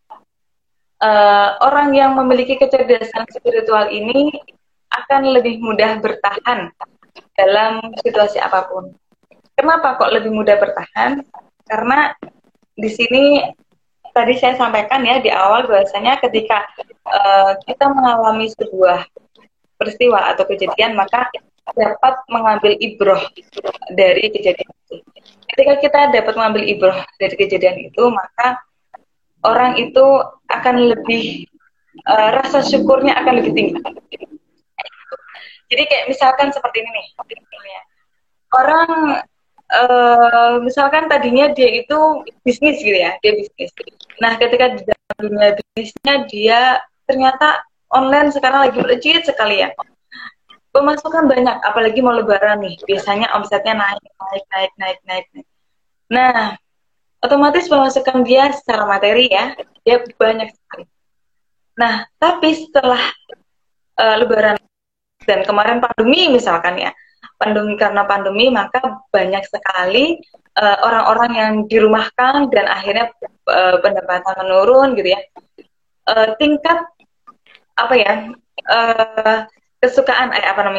orang yang memiliki kecerdasan spiritual ini akan lebih mudah bertahan dalam situasi apapun. Kenapa kok lebih mudah bertahan? Karena di sini tadi saya sampaikan ya di awal bahwasanya ketika kita mengalami sebuah peristiwa atau kejadian, maka dapat mengambil ibroh dari kejadian itu. Ketika kita dapat mengambil ibroh dari kejadian itu, maka orang itu akan lebih rasa syukurnya akan lebih tinggi. Jadi kayak misalkan seperti ini nih, orang misalkan tadinya dia itu bisnis gitu ya, dia bisnis. Nah, ketika di dalam dunia bisnisnya dia ternyata online sekarang lagi melejit sekali ya. Pemasukan banyak, apalagi mau lebaran nih, biasanya omsetnya naik. Nah, otomatis pemasukan dia secara materi ya, dia banyak sekali. Nah, tapi setelah lebaran dan kemarin pandemi misalkan ya, karena pandemi maka banyak sekali orang-orang yang dirumahkan dan akhirnya pendapatan menurun gitu ya. Tingkat apa ya, kesukaan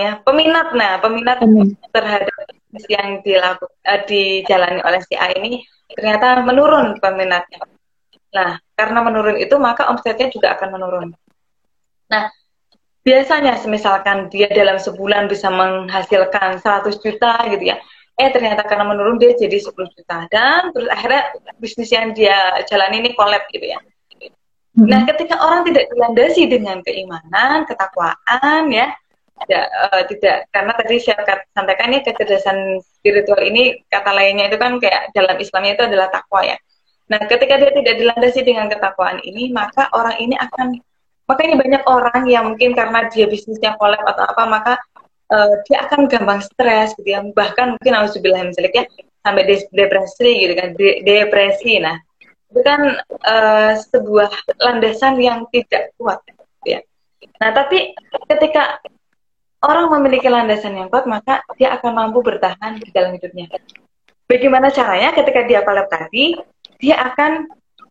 peminat terhadap yang dijalani oleh si A ini ternyata menurun peminatnya. Nah, karena menurun itu maka omsetnya juga akan menurun. Nah, biasanya misalkan dia dalam sebulan bisa menghasilkan 100 juta gitu ya, ternyata karena menurun dia jadi 10 juta, dan terus akhirnya bisnis yang dia jalani ini collapse gitu ya. Nah, ketika orang tidak dilandasi dengan keimanan, ketakwaan ya, tidak, karena tadi saya sampaikan ya, kecerdasan spiritual ini kata lainnya itu kan kayak dalam Islamnya itu adalah takwa ya. Nah, ketika dia tidak dilandasi dengan ketakwaan ini, maka orang ini makanya banyak orang yang mungkin karena dia bisnisnya collapse atau apa, maka dia akan gampang stres gitu ya, bahkan mungkin auzubillah min dzalik ya, sampai depresi gitu kan, depresi. Nah, itu kan sebuah landasan yang tidak kuat ya. Nah, tapi ketika orang memiliki landasan yang kuat, maka dia akan mampu bertahan di dalam hidupnya. Bagaimana caranya? Ketika dia collapse tadi, dia akan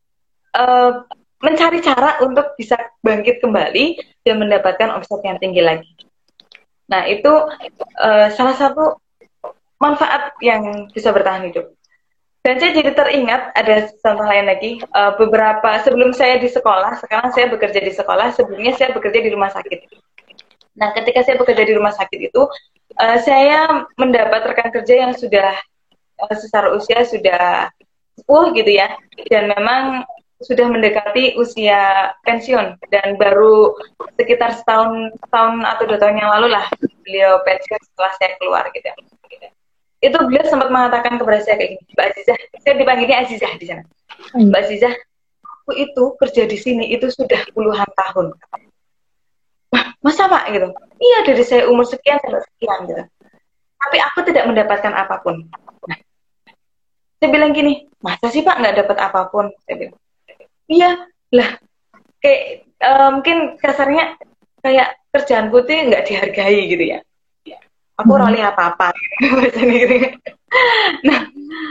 mencari cara untuk bisa bangkit kembali dan mendapatkan omset yang tinggi lagi. Nah, itu salah satu manfaat yang bisa bertahan hidup. Dan saya jadi teringat ada contoh lain lagi, beberapa sebelum saya di sekolah, sekarang saya bekerja di sekolah, sebelumnya saya bekerja di rumah sakit. Nah, ketika saya bekerja di rumah sakit itu, saya mendapat rekan kerja yang sudah secara usia sudah sepuh gitu ya, dan memang sudah mendekati usia pensiun, dan baru sekitar setahun atau 2 tahun yang lalu lah beliau pensiun setelah saya keluar gitu ya. Itu beliau sempat mengatakan kepada saya kayak gini, Mbak Azizah, saya dipanggilnya Azizah di sana. Mbak Azizah, aku itu kerja di sini itu sudah puluhan tahun. Wah, masa Pak gitu? Iya, dari saya umur sekian sampai sekian gitu. Tapi aku tidak mendapatkan apapun. Nah, saya bilang gini, masa sih Pak nggak dapat apapun? Saya bilang, iya lah, kayak mungkin kasarnya kayak kerjaan putih nggak dihargai gitu ya. Aku roli apa-apa gitu. Nah,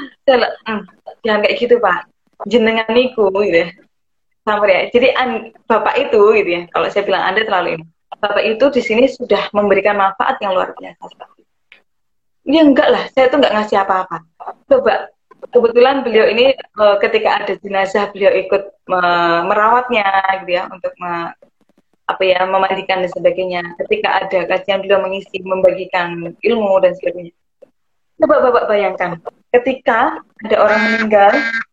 jangan kayak gitu Pak, jenengan niku gitu ya. Sampai ya. Jadi Bapak itu gitu ya, kalau saya bilang Anda terlalu ini, Bapak itu di sini sudah memberikan manfaat yang luar biasa. Ya enggak lah, saya tuh nggak ngasih apa-apa. Coba, kebetulan beliau ini ketika ada jenazah beliau ikut merawatnya gitu ya, untuk apa ya, memandikan dan sebagainya. Ketika ada kajian beliau mengisi, membagikan ilmu dan sebagainya. Coba Bapak bayangkan, ketika ada orang meninggal,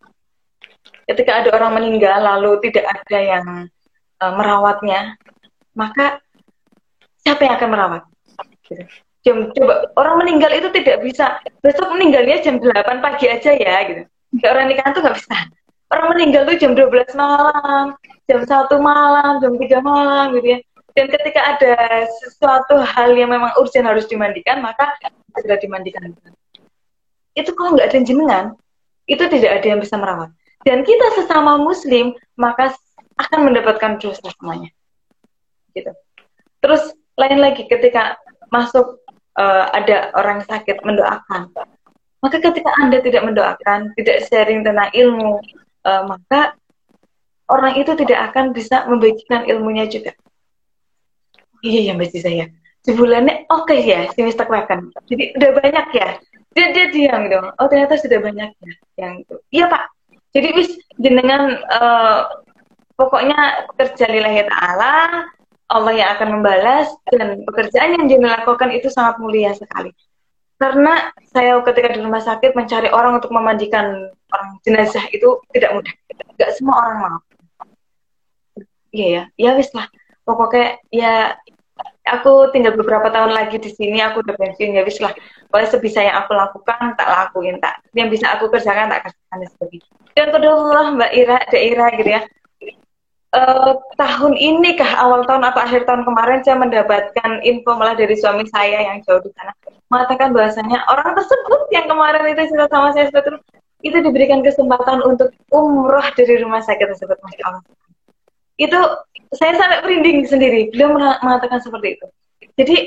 lalu tidak ada yang merawatnya, maka siapa yang akan merawat? Gitu. Coba orang meninggal itu tidak bisa besok meninggalnya jam 8 pagi aja ya gitu. Kayak orang nikahan tuh nggak bisa. Orang meninggal tuh jam 12 malam, jam 1 malam, jam 3 malam gitu ya. Dan ketika ada sesuatu hal yang memang urgent harus dimandikan, maka segera dimandikan. Itu kalau nggak ada jenengan, itu tidak ada yang bisa merawat. Dan kita sesama muslim, maka akan mendapatkan dosa semuanya. Gitu. Terus lain lagi ketika masuk ada orang sakit mendoakan, maka ketika Anda tidak mendoakan, tidak sharing tentang ilmu, maka orang itu tidak akan bisa membagikan ilmunya juga. Iya ya Mbak Ciza ya, sebulannya oke ya si Mr. Kraken, jadi udah banyak ya, dia diam gitu. Oh ternyata sudah banyak ya yang itu. Iya Pak, jadi wis jenengan pokoknya kerja lillahi ta'ala, Allah yang akan membalas, dan pekerjaan yang jenengan lakukan itu sangat mulia sekali. Karena saya ketika di rumah sakit mencari orang untuk memandikan orang jenazah itu tidak mudah. Gak semua orang mau. Iya ya wis lah. Pokoknya ya aku tinggal beberapa tahun lagi di sini, aku udah pensiun ya wis lah. Pokoknya sebisa yang aku lakukan tak lakuin, tak yang bisa aku kerjakan tak kerjakan dan sebagainya. Dan kedua Mbak Ira gitu ya. Tahun ini kah awal tahun atau akhir tahun kemarin saya mendapatkan info malah dari suami saya yang jauh di sana mengatakan bahwasanya orang tersebut yang kemarin itu sudah sama saya sebetulnya itu diberikan kesempatan untuk umroh dari rumah sakit tersebut, Masya Allah. Itu saya sampai merinding sendiri. Beliau mengatakan seperti itu. Jadi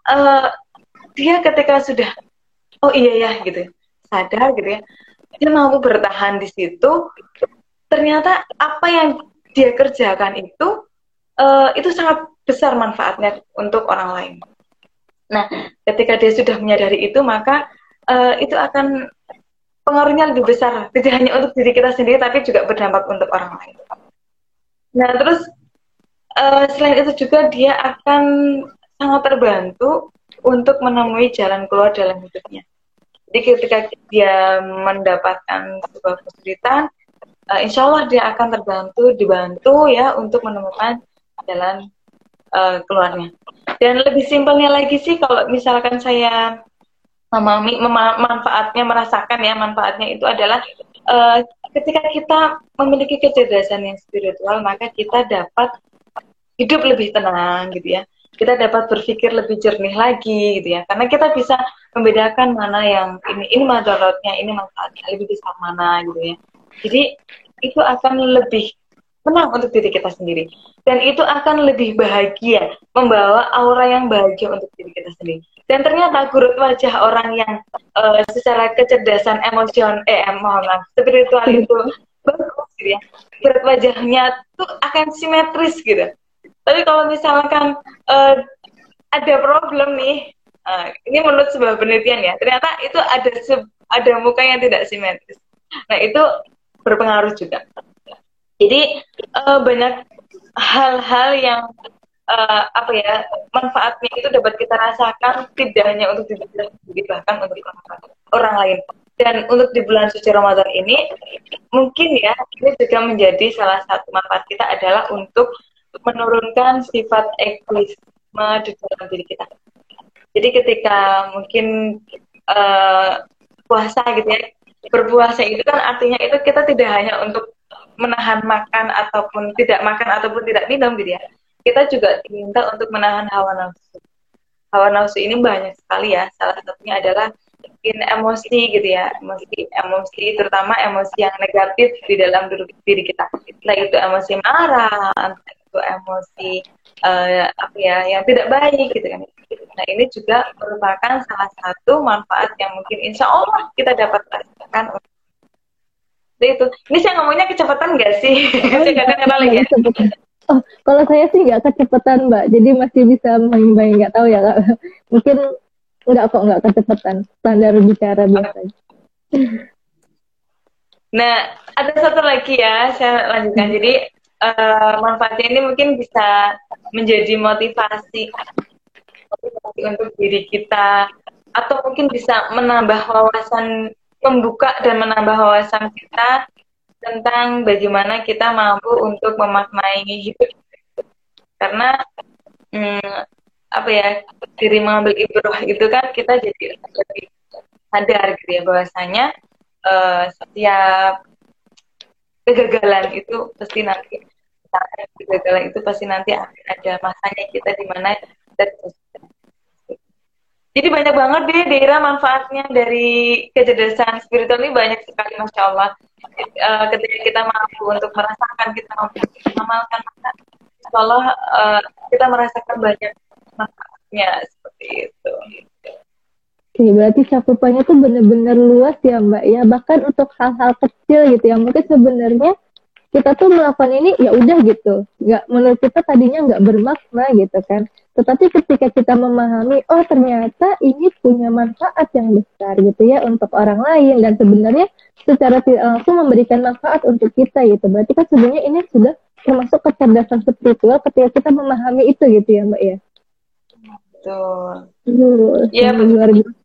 dia ketika sudah oh iya ya gitu sadar gitu ya, dia mampu bertahan di situ. Ternyata apa yang dia kerjakan itu sangat besar manfaatnya untuk orang lain. Nah, ketika dia sudah menyadari itu, maka itu akan pengaruhnya lebih besar, tidak hanya untuk diri kita sendiri, tapi juga berdampak untuk orang lain. Nah, terus selain itu juga dia akan sangat terbantu untuk menemui jalan keluar dalam hidupnya. Jadi ketika dia mendapatkan sebuah kesulitan, insya Allah dia akan dibantu ya untuk menemukan jalan keluarnya. Dan lebih simpelnya lagi sih kalau misalkan saya memahami merasakan ya manfaatnya itu adalah ketika kita memiliki kecerdasan yang spiritual, maka kita dapat hidup lebih tenang gitu ya. Kita dapat berpikir lebih jernih lagi gitu ya. Karena kita bisa membedakan mana yang ini madaratnya, ini manfaatnya lebih besar mana gitu ya. Jadi itu akan lebih menang untuk diri kita sendiri. Dan itu akan lebih bahagia, membawa aura yang bahagia untuk diri kita sendiri. Dan ternyata gurut wajah orang yang secara kecerdasan spiritual itu bagus gitu ya. Gurut wajahnya tuh akan simetris gitu. Tapi kalau misalkan ada problem nih, ini menurut sebuah penelitian ya, ternyata itu ada muka yang tidak simetris. Nah itu berpengaruh juga. Jadi banyak hal-hal yang manfaatnya itu dapat kita rasakan tidak hanya untuk diri kita sendiri, bahkan untuk orang lain. Dan untuk di bulan suci Ramadan ini mungkin ya ini juga menjadi salah satu manfaat kita adalah untuk menurunkan sifat egoisme di dalam diri kita. Jadi ketika mungkin puasa gitu ya, berpuasa itu kan artinya itu kita tidak hanya untuk menahan makan ataupun tidak makan ataupun tidak minum gitu ya. Kita juga diminta untuk menahan hawa nafsu. Hawa nafsu ini banyak sekali ya. Salah satunya adalah mungkin emosi gitu ya. Emosi terutama emosi yang negatif di dalam diri kita. Entah itu emosi marah, entah itu emosi yang tidak baik gitu kan. Nah ini juga merupakan salah satu manfaat yang mungkin insya Allah kita dapat rasakan. Itu. Ini saya ngomongnya kecepatan nggak sih? Ya. Oh, kalau saya sih nggak kecepatan Mbak, jadi masih bisa main-main, nggak tahu ya Kak. Mungkin nggak kecepatan, standar bicara biasa. Nah, ada satu lagi ya, saya lanjutkan. Jadi manfaatnya ini mungkin bisa menjadi motivasi untuk diri kita, atau mungkin bisa menambah wawasan, membuka dan menambah wawasan kita tentang bagaimana kita mampu untuk memaknai hidup. Karena apa ya, diri mengambil ibrah itu kan kita jadi lebih sadar gitu ya, bahwasanya setiap kegagalan itu pasti nanti akan ada masanya kita di mana kita. Jadi banyak banget deh daerah manfaatnya dari kecerdasan spiritual ini, banyak sekali, Masya Allah. Ketika kita mampu untuk merasakan, kita mampu mengamalkan, maka Insya Allah kita merasakan banyak manfaatnya seperti itu. Oke, berarti cakupannya tuh bener-bener luas ya Mbak ya. Bahkan untuk hal-hal kecil gitu yang mungkin sebenarnya kita tuh melakukan ini ya udah gitu, nggak, menurut kita tadinya nggak bermakna gitu kan. Tetapi ketika kita memahami, oh ternyata ini punya manfaat yang besar gitu ya untuk orang lain, dan sebenarnya secara tidak langsung memberikan manfaat untuk kita gitu. Berarti kan sebenarnya ini sudah termasuk kecerdasan spiritual ketika kita memahami itu gitu ya Mbak ya. Betul. Iya, luar biasa.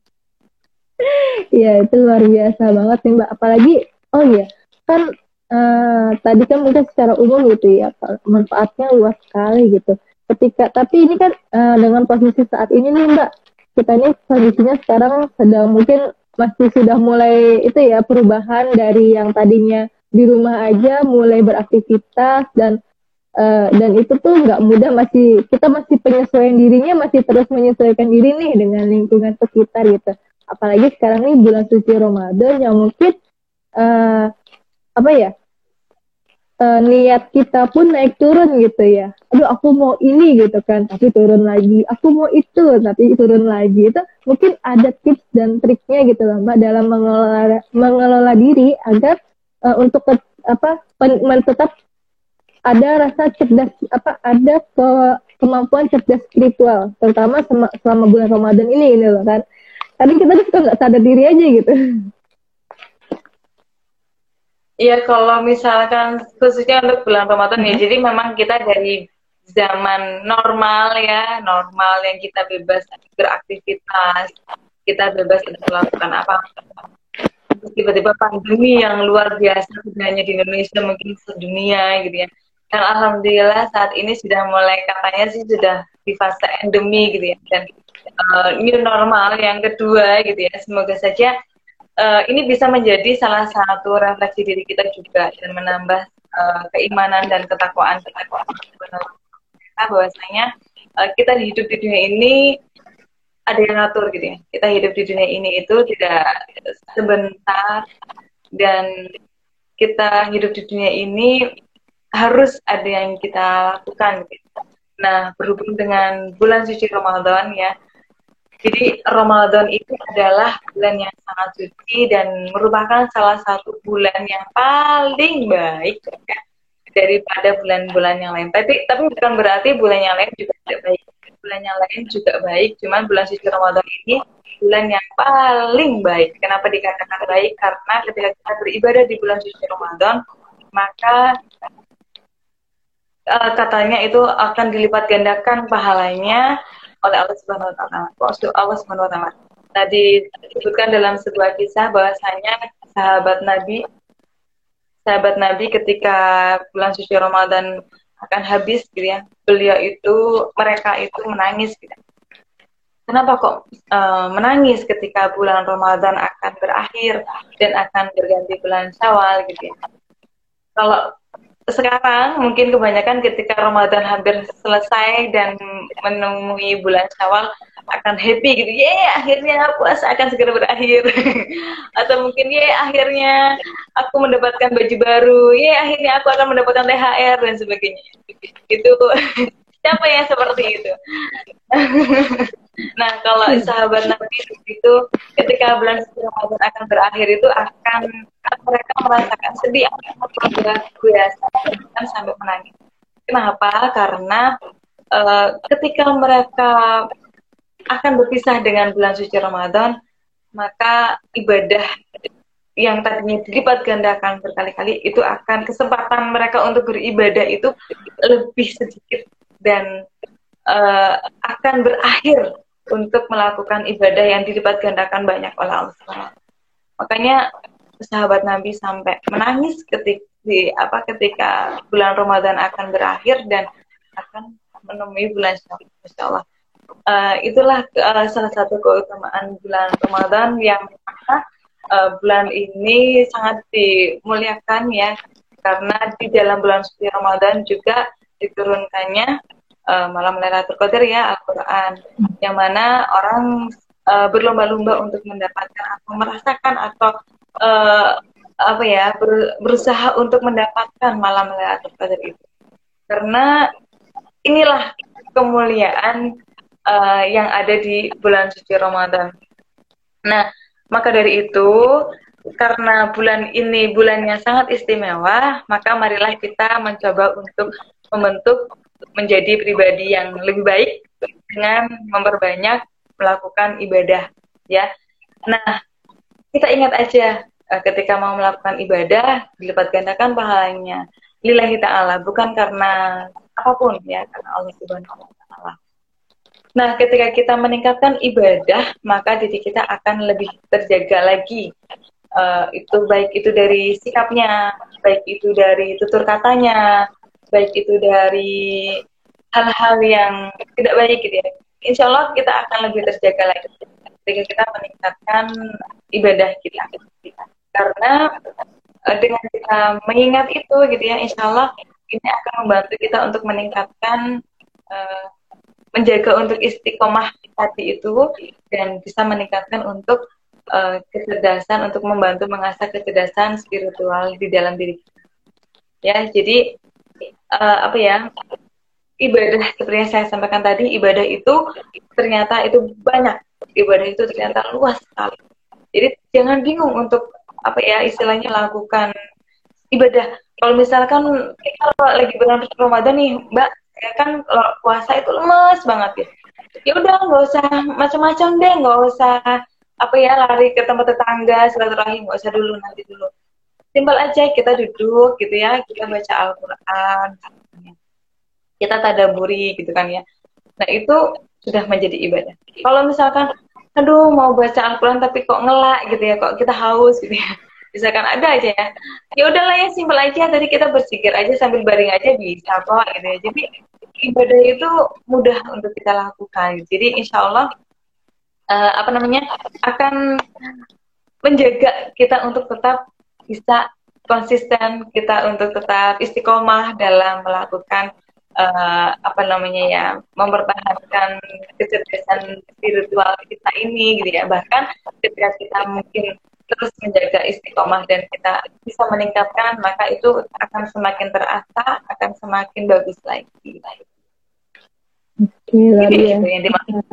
Iya, itu luar biasa banget nih Mbak. Apalagi, oh iya, kan tadi kan mungkin secara umum gitu ya, manfaatnya luas sekali gitu. Tapi ini kan dengan posisi saat ini nih Mbak, kita ini kondisinya sekarang sedang mungkin masih sudah mulai itu ya, perubahan dari yang tadinya di rumah aja mulai beraktivitas, dan itu tuh nggak mudah, kita masih penyesuaian dirinya, masih terus menyesuaikan diri nih dengan lingkungan sekitar gitu. Apalagi sekarang nih bulan suci Ramadan yang mungkin apa ya, niat kita pun naik turun gitu ya. Aduh aku mau ini gitu kan, tapi turun lagi. Aku mau itu, tapi turun lagi. Itu mungkin ada tips dan triknya gitu loh Mbak dalam mengelola diri agar untuk tetap ada rasa cerdas, ada kemampuan cerdas spiritual, terutama selama bulan Ramadan ini loh kan. Kadang kita tuh suka nggak sadar diri aja gitu. Iya, kalau misalkan khususnya untuk bulan Ramadan ya, jadi memang kita dari zaman normal ya, normal yang kita bebas beraktivitas, kita bebas untuk melakukan apa. Tiba-tiba pandemi yang luar biasa, tidak hanya di Indonesia, mungkin sedunia gitu ya. Dan alhamdulillah saat ini sudah mulai, katanya sih sudah di fase endemi gitu ya. Dan new normal yang kedua gitu ya. Semoga saja ini bisa menjadi salah satu refleksi diri kita juga, dan menambah keimanan dan ketakwaan kita bahwasanya kita hidup di dunia ini ada yang ngatur gitu ya. Kita hidup di dunia ini itu tidak sebentar, dan kita hidup di dunia ini harus ada yang kita lakukan gitu. Nah, berhubung dengan bulan suci Ramadan ya, jadi Ramadan itu adalah bulan yang sangat suci dan merupakan salah satu bulan yang paling baik ya, daripada bulan-bulan yang lain. Tapi bukan berarti bulan yang lain juga tidak baik. Bulan yang lain juga baik, cuman bulan suci Ramadan ini bulan yang paling baik. Kenapa dikatakan baik? Karena ketika kita beribadah di bulan suci Ramadan, maka katanya itu akan dilipat gandakan pahalanya oleh Allah Subhanahu wa taala. Allah Subhanahu wa taala. Tadi disebutkan dalam sebuah kisah bahwasanya sahabat Nabi ketika bulan suci Ramadan akan habis gitu ya, mereka itu menangis gitu. Kenapa kok menangis ketika bulan Ramadan akan berakhir dan akan berganti bulan Syawal gitu ya. Kalau sekarang mungkin kebanyakan ketika Ramadan hampir selesai dan menemui bulan Syawal akan happy gitu, akhirnya puasa akan segera berakhir. Atau mungkin akhirnya aku mendapatkan baju baru, akhirnya aku akan mendapatkan THR dan sebagainya. Itu siapa yang seperti itu? Nah, kalau sahabat Nabi itu ketika bulan suci Ramadan akan berakhir itu mereka merasakan sedih, biasa sampai menangis. Kenapa? Karena ketika mereka akan berpisah dengan bulan suci Ramadan, maka ibadah yang tadinya dilipat gandakan berkali-kali, itu akan kesempatan mereka untuk beribadah itu lebih sedikit dan akan berakhir untuk melakukan ibadah yang dilipat gandakan banyak oleh Allah SWT. Makanya sahabat Nabi sampai menangis ketika bulan Ramadan akan berakhir dan akan menemui bulan Syawal. Masya Allah. Itulah salah satu keutamaan bulan Ramadan yang bulan ini sangat dimuliakan ya, karena di dalam bulan suci Ramadan juga diturunkannya malam Lailatul Qadar ya, Al-Quran, yang mana orang berlomba-lomba untuk mendapatkan atau merasakan atau berusaha untuk mendapatkan malam Lailatul Qadar itu, karena inilah kemuliaan yang ada di bulan suci Ramadan. Nah, maka dari itu, karena bulan ini bulannya sangat istimewa, maka marilah kita mencoba untuk membentuk menjadi pribadi yang lebih baik dengan memperbanyak melakukan ibadah, ya. Nah, kita ingat aja ketika mau melakukan ibadah dilipat gandakan pahalanya lillahi ta'ala, bukan karena apapun ya, karena Allah Subhanahu wa ta'ala. Nah, ketika kita meningkatkan ibadah, maka diri kita akan lebih terjaga lagi. Itu baik itu dari sikapnya, baik itu dari tutur katanya, baik itu dari hal-hal yang tidak baik gitu ya. Insya Allah kita akan lebih terjaga lagi ketika kita meningkatkan ibadah kita. Karena dengan kita mengingat itu gitu ya, insya Allah ini akan membantu kita untuk meningkatkan menjaga untuk istiqomah tadi itu, dan bisa meningkatkan untuk kecerdasan, untuk membantu mengasah kecerdasan spiritual di dalam diri kita. Ya, jadi ibadah seperti yang saya sampaikan tadi, ibadah itu ternyata itu banyak, ibadah itu ternyata luas sekali. Jadi jangan bingung untuk istilahnya lakukan ibadah. Kalau misalkan kalau lagi bulan Ramadan nih, Mbak, ya kan kalau puasa itu lemes banget ya. Ya udah nggak usah macam-macam deh, nggak usah lari ke tempat tetangga, silaturahim, nggak usah dulu, nanti dulu. Simpel aja, kita duduk gitu ya, kita baca Al-Quran, kita tadaburi gitu kan ya. Nah itu sudah menjadi ibadah. Kalau misalkan, aduh mau baca Al-Quran tapi kok ngelak gitu ya, kok kita haus gitu ya, misalkan ada aja ya, ya udahlah ya simpel aja, tadi kita berzikir aja sambil baring aja bisa kok gitu ya. Jadi ibadah itu mudah untuk kita lakukan. Jadi insya Allah akan menjaga kita untuk tetap bisa konsisten, kita untuk tetap istiqomah dalam melakukan mempertahankan kecerdasan spiritual kita ini gitu ya. Bahkan ketika kita mungkin terus menjaga istiqomah dan kita bisa meningkatkan, maka itu akan semakin terasa, akan semakin bagus lagi. Oke, jadi itu yang dimaksud.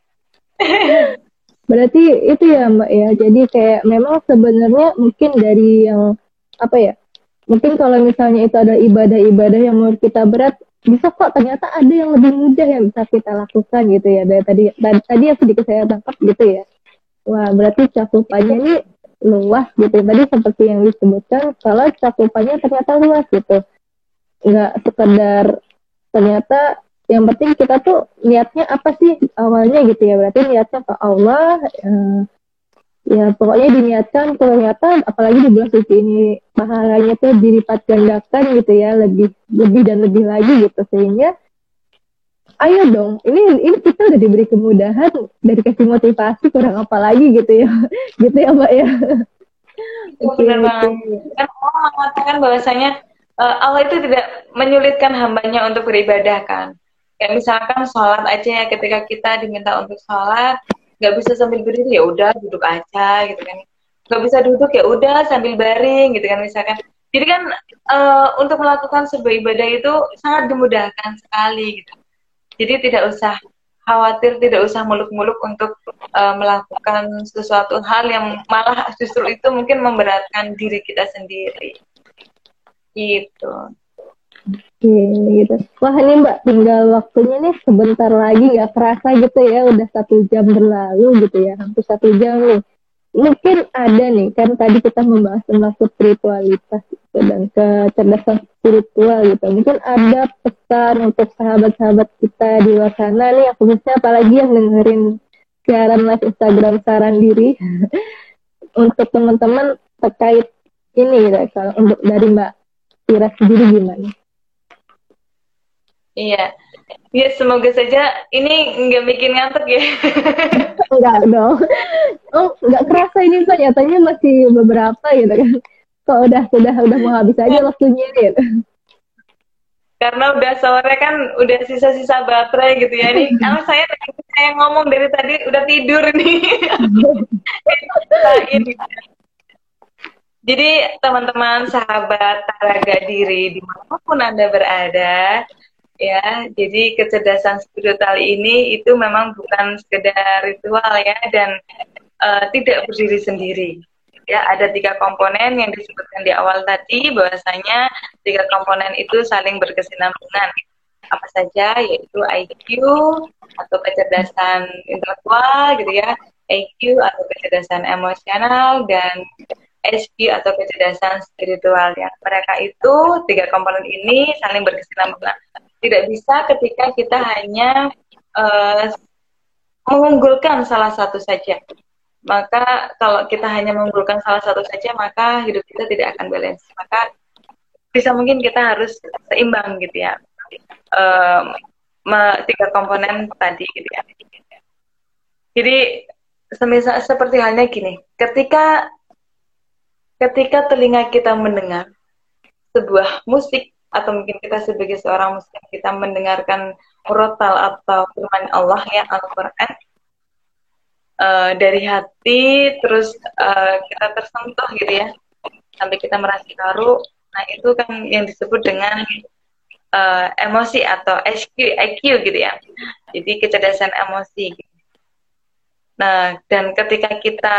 Berarti itu ya Mbak ya, jadi kayak memang sebenarnya mungkin dari yang mungkin kalau misalnya itu ada ibadah-ibadah yang menurut kita berat, bisa kok ternyata ada yang lebih mudah yang bisa kita lakukan gitu ya. Dari tadi yang sedikit saya tangkap gitu ya. Wah, berarti cakupannya ini luas gitu. Tadi seperti yang disebutkan, kalau cakupannya ternyata luas gitu. Nggak sekedar ternyata, yang penting kita tuh niatnya apa sih awalnya gitu ya. Berarti niatnya ke Allah, ya pokoknya diniatkan, ternyata apalagi di bulan suci ini pahalanya tuh dilipat gandakan gitu ya, lebih dan lebih lagi gitu, sehingga ayo dong, ini kita udah diberi kemudahan, dari kasih motivasi, kurang apa lagi gitu ya. Gitu ya Mbak ya. Benar banget. Kan Allah mengatakan bahwasanya Allah itu tidak menyulitkan hambanya untuk beribadah kan. Kayak misalkan sholat aja ya, ketika kita diminta untuk sholat, nggak bisa sambil berdiri, ya udah duduk aja gitu kan. Nggak bisa duduk, ya udah sambil baring gitu kan misalkan. Jadi kan untuk melakukan sebuah ibadah itu sangat dimudahkan sekali gitu. Jadi tidak usah khawatir, tidak usah muluk-muluk untuk melakukan sesuatu hal yang malah justru itu mungkin memberatkan diri kita sendiri. Gitu. Gitu. Wah ini Mbak, tinggal waktunya nih sebentar lagi, nggak kerasa gitu ya, udah 1 jam berlalu gitu ya, hampir 1 jam nih. mungkin ada nih, kan tadi kita membahas tentang spiritualitas gitu, dan kecerdasan spiritual gitu. Mungkin ada pesan untuk sahabat-sahabat kita di luar sana nih, khususnya apalagi yang dengerin siaran live Instagram Saran Diri untuk teman-teman terkait ini gitu. Kalau untuk dari Mbak Tira sendiri gimana? Iya, ya semoga saja ini nggak bikin ngantuk ya. Enggak dong. Oh, enggak kerasa ini Mbak, nyatanya masih beberapa gitu kan. Kok udah mau habis aja waktunya gitu. Karena udah sore kan, udah sisa-sisa baterai gitu ya. Ini kalau saya ngomong dari tadi udah tidur nih. Jadi teman-teman sahabat Taraga Diri dimanapun Anda berada, ya, jadi kecerdasan spiritual ini itu memang bukan sekedar ritual ya, dan tidak berdiri sendiri. Ya, ada 3 komponen yang disebutkan di awal tadi, bahwasanya 3 komponen itu saling berkesinambungan. Apa saja? Yaitu IQ atau kecerdasan intelektual gitu ya, EQ atau kecerdasan emosional, dan SQ atau kecerdasan spiritual ya. Mereka itu 3 komponen ini saling berkesinambungan. Tidak bisa ketika kita hanya mengunggulkan salah satu saja. Maka kalau kita hanya mengunggulkan salah satu saja, maka hidup kita tidak akan balance. Maka bisa mungkin kita harus seimbang gitu ya. 3 komponen tadi gitu ya. Jadi seperti halnya gini, ketika telinga kita mendengar sebuah musik, atau mungkin kita sebagai seorang muslim kita mendengarkan murotal atau firman Allah ya, Al-Quran, dari hati, terus kita tersentuh gitu ya, sampai kita merasa haru. Nah itu kan yang disebut dengan emosi atau IQ gitu ya, jadi kecerdasan emosi gitu. Nah, dan ketika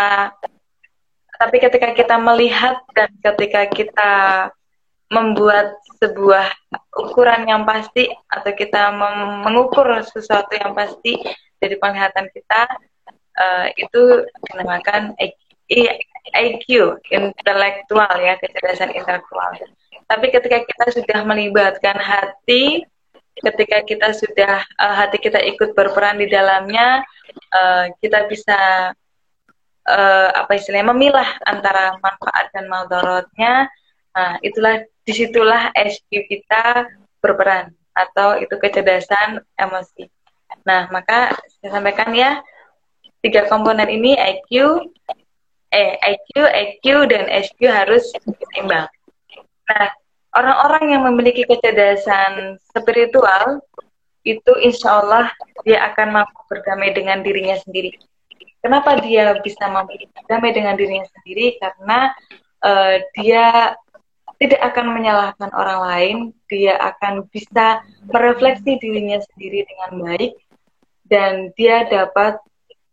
kita melihat dan ketika kita membuat sebuah ukuran yang pasti, atau kita mengukur sesuatu yang pasti dari penglihatan kita, itu dinamakan IQ, intelektual ya, kecerdasan intelektual. Tapi ketika kita sudah melibatkan hati, ketika kita sudah hati kita ikut berperan di dalamnya, kita bisa memilah antara manfaat dan madaratnya. Nah, disitulah SQ kita berperan, atau itu kecerdasan emosi. Nah, maka saya sampaikan ya, 3 komponen ini IQ, EQ dan SQ harus seimbang. Nah, orang-orang yang memiliki kecerdasan spiritual itu insya Allah dia akan mampu berdamai dengan dirinya sendiri. Kenapa dia bisa mampu berdamai dengan dirinya sendiri? Karena dia tidak akan menyalahkan orang lain, dia akan bisa merefleksi dirinya sendiri dengan baik, dan dia dapat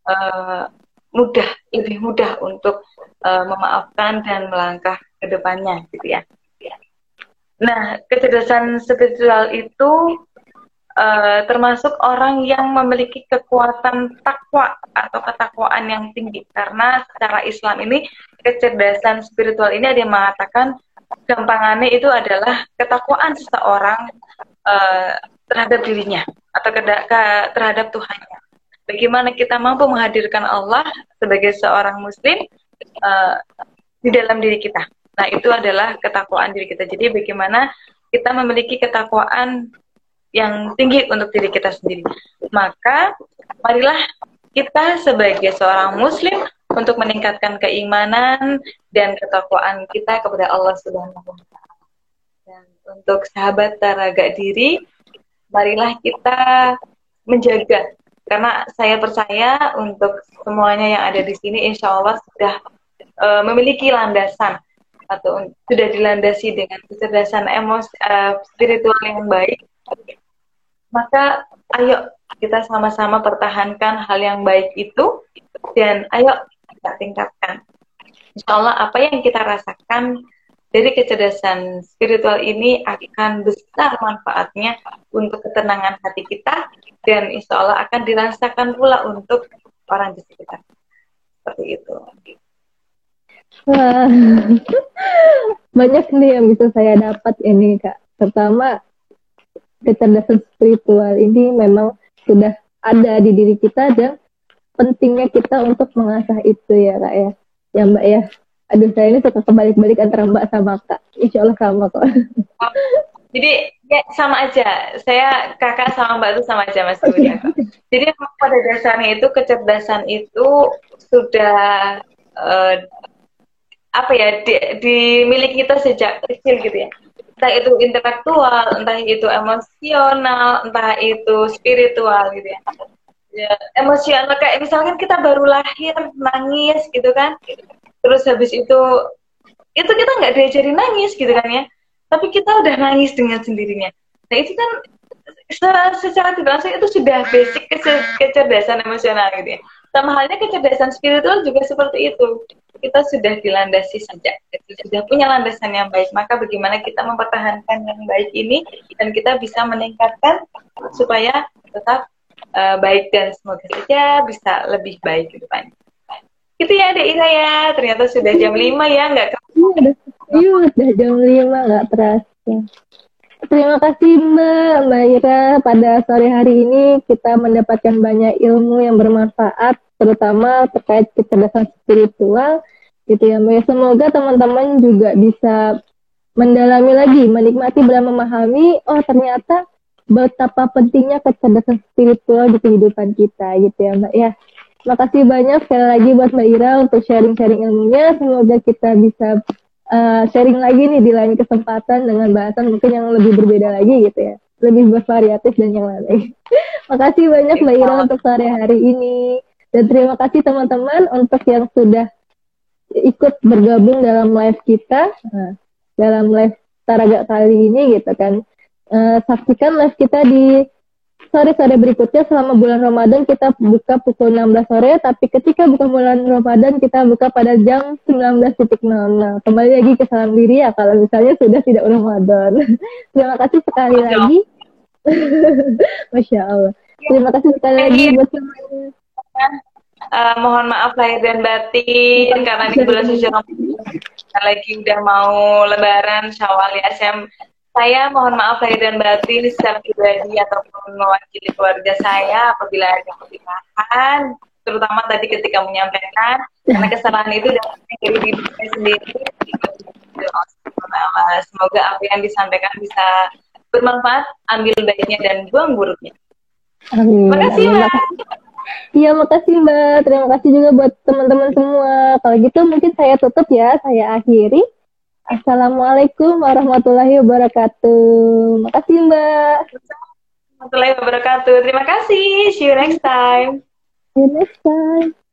lebih mudah untuk memaafkan dan melangkah ke depannya gitu ya. Nah, kecerdasan spiritual itu termasuk orang yang memiliki kekuatan takwa atau ketakwaan yang tinggi, karena secara Islam ini kecerdasan spiritual ini ada yang mengatakan gampangannya itu adalah ketakwaan seseorang terhadap dirinya atau terhadap Tuhannya. Bagaimana kita mampu menghadirkan Allah sebagai seorang muslim di dalam diri kita. Nah, itu adalah ketakwaan diri kita. Jadi bagaimana kita memiliki ketakwaan yang tinggi untuk diri kita sendiri. Maka marilah kita sebagai seorang muslim untuk meningkatkan keimanan dan ketakwaan kita kepada Allah Subhanahu wa Ta'ala. Dan untuk sahabat Taraga Diri, marilah kita menjaga, karena saya percaya untuk semuanya yang ada di sini insya Allah sudah memiliki landasan atau sudah dilandasi dengan kecerdasan emosi spiritual yang baik. Maka ayo kita sama-sama pertahankan hal yang baik itu, dan ayo kita tingkatkan. Insya Allah apa yang kita rasakan dari kecerdasan spiritual ini akan besar manfaatnya untuk ketenangan hati kita, dan insya Allah akan dirasakan pula untuk orang di sekitar. Seperti itu. Wah, banyak nih yang bisa saya dapat ini Kak. Pertama, kecerdasan spiritual ini memang sudah ada di diri kita dan pentingnya kita untuk mengasah itu ya Kak ya. Ya Mbak ya. Aduh saya ini suka kebalik-balik antara Mbak sama Kak. Insya Allah sama kok. Jadi ya, sama aja. Saya kakak sama mbak itu sama aja Mas Budi. Jadi pada dasarnya itu kecerdasan itu sudah eh, apa ya dimiliki kita sejak kecil gitu ya. Entah itu intelektual, entah itu emosional, entah itu spiritual gitu ya. Ya, emosional kayak misalkan kita baru lahir nangis gitu kan. Terus habis itu kita nggak diajarin nangis gitu kan ya. Tapi kita udah nangis dengan sendirinya. Nah itu kan secara tidak langsung itu sudah basic kecerdasan emosional gitu ya. Sama halnya kecerdasan spiritual juga seperti itu. Kita sudah dilandasi sejak kecil, sudah punya landasan yang baik. Maka bagaimana kita mempertahankan yang baik ini dan kita bisa meningkatkan supaya tetap baik dan semoga saja bisa lebih baik ke depan. Gitu ya Dek Ira ya. Ternyata sudah jam 5 ya, nggak Iya, udah jam 5 nggak terasa. Terima kasih Mbak Ira. Pada sore hari ini kita mendapatkan banyak ilmu yang bermanfaat, terutama terkait kecerdasan spiritual. Gitu ya Mbak. Semoga teman-teman juga bisa mendalami lagi, menikmati dan memahami, oh ternyata betapa pentingnya kecerdasan spiritual di kehidupan kita gitu ya Mbak ya. Terima kasih banyak sekali lagi buat Mbak Ira untuk sharing-sharing ilmunya. Semoga kita bisa sharing lagi nih di lain kesempatan dengan bahasan mungkin yang lebih berbeda lagi gitu ya. Lebih bervariatif dan yang lain. Makasih banyak Mbak Ira untuk sore hari ini. Dan terima kasih teman-teman untuk yang sudah ikut bergabung dalam live kita. Dalam live Taraga kali ini gitu kan. Saksikan live kita di sore-sore berikutnya. Selama bulan Ramadan kita buka pukul 16 sore, tapi ketika bukan bulan Ramadan kita buka pada jam 19.00. Kembali lagi ke salam diri ya kalau misalnya sudah tidak Ramadan. Terima kasih sekali lagi. Masya Allah. Terima kasih sekali lagi buat semuanya. Mohon maaf lahir dan batin karena ini bulan suci Ramadan lagi udah mau Lebaran Syawal ya. Saya mohon maaf lahir dan batin secara pribadi ataupun mewakili keluarga saya apabila ada kesalahan, terutama tadi ketika menyampaikan, karena kesalahan itu datang dari diri saya sendiri. Semoga apa yang disampaikan bisa bermanfaat, ambil baiknya dan buang buruknya. Amin. Terima kasih Mbak. Iya, makasih Mbak. Terima kasih juga buat teman-teman semua. Kalau gitu mungkin saya tutup ya, saya akhiri. Assalamualaikum warahmatullahi wabarakatuh. Makasih Mbak. Warahmatullahi wabarakatuh. Terima kasih. See you next time. See you next time.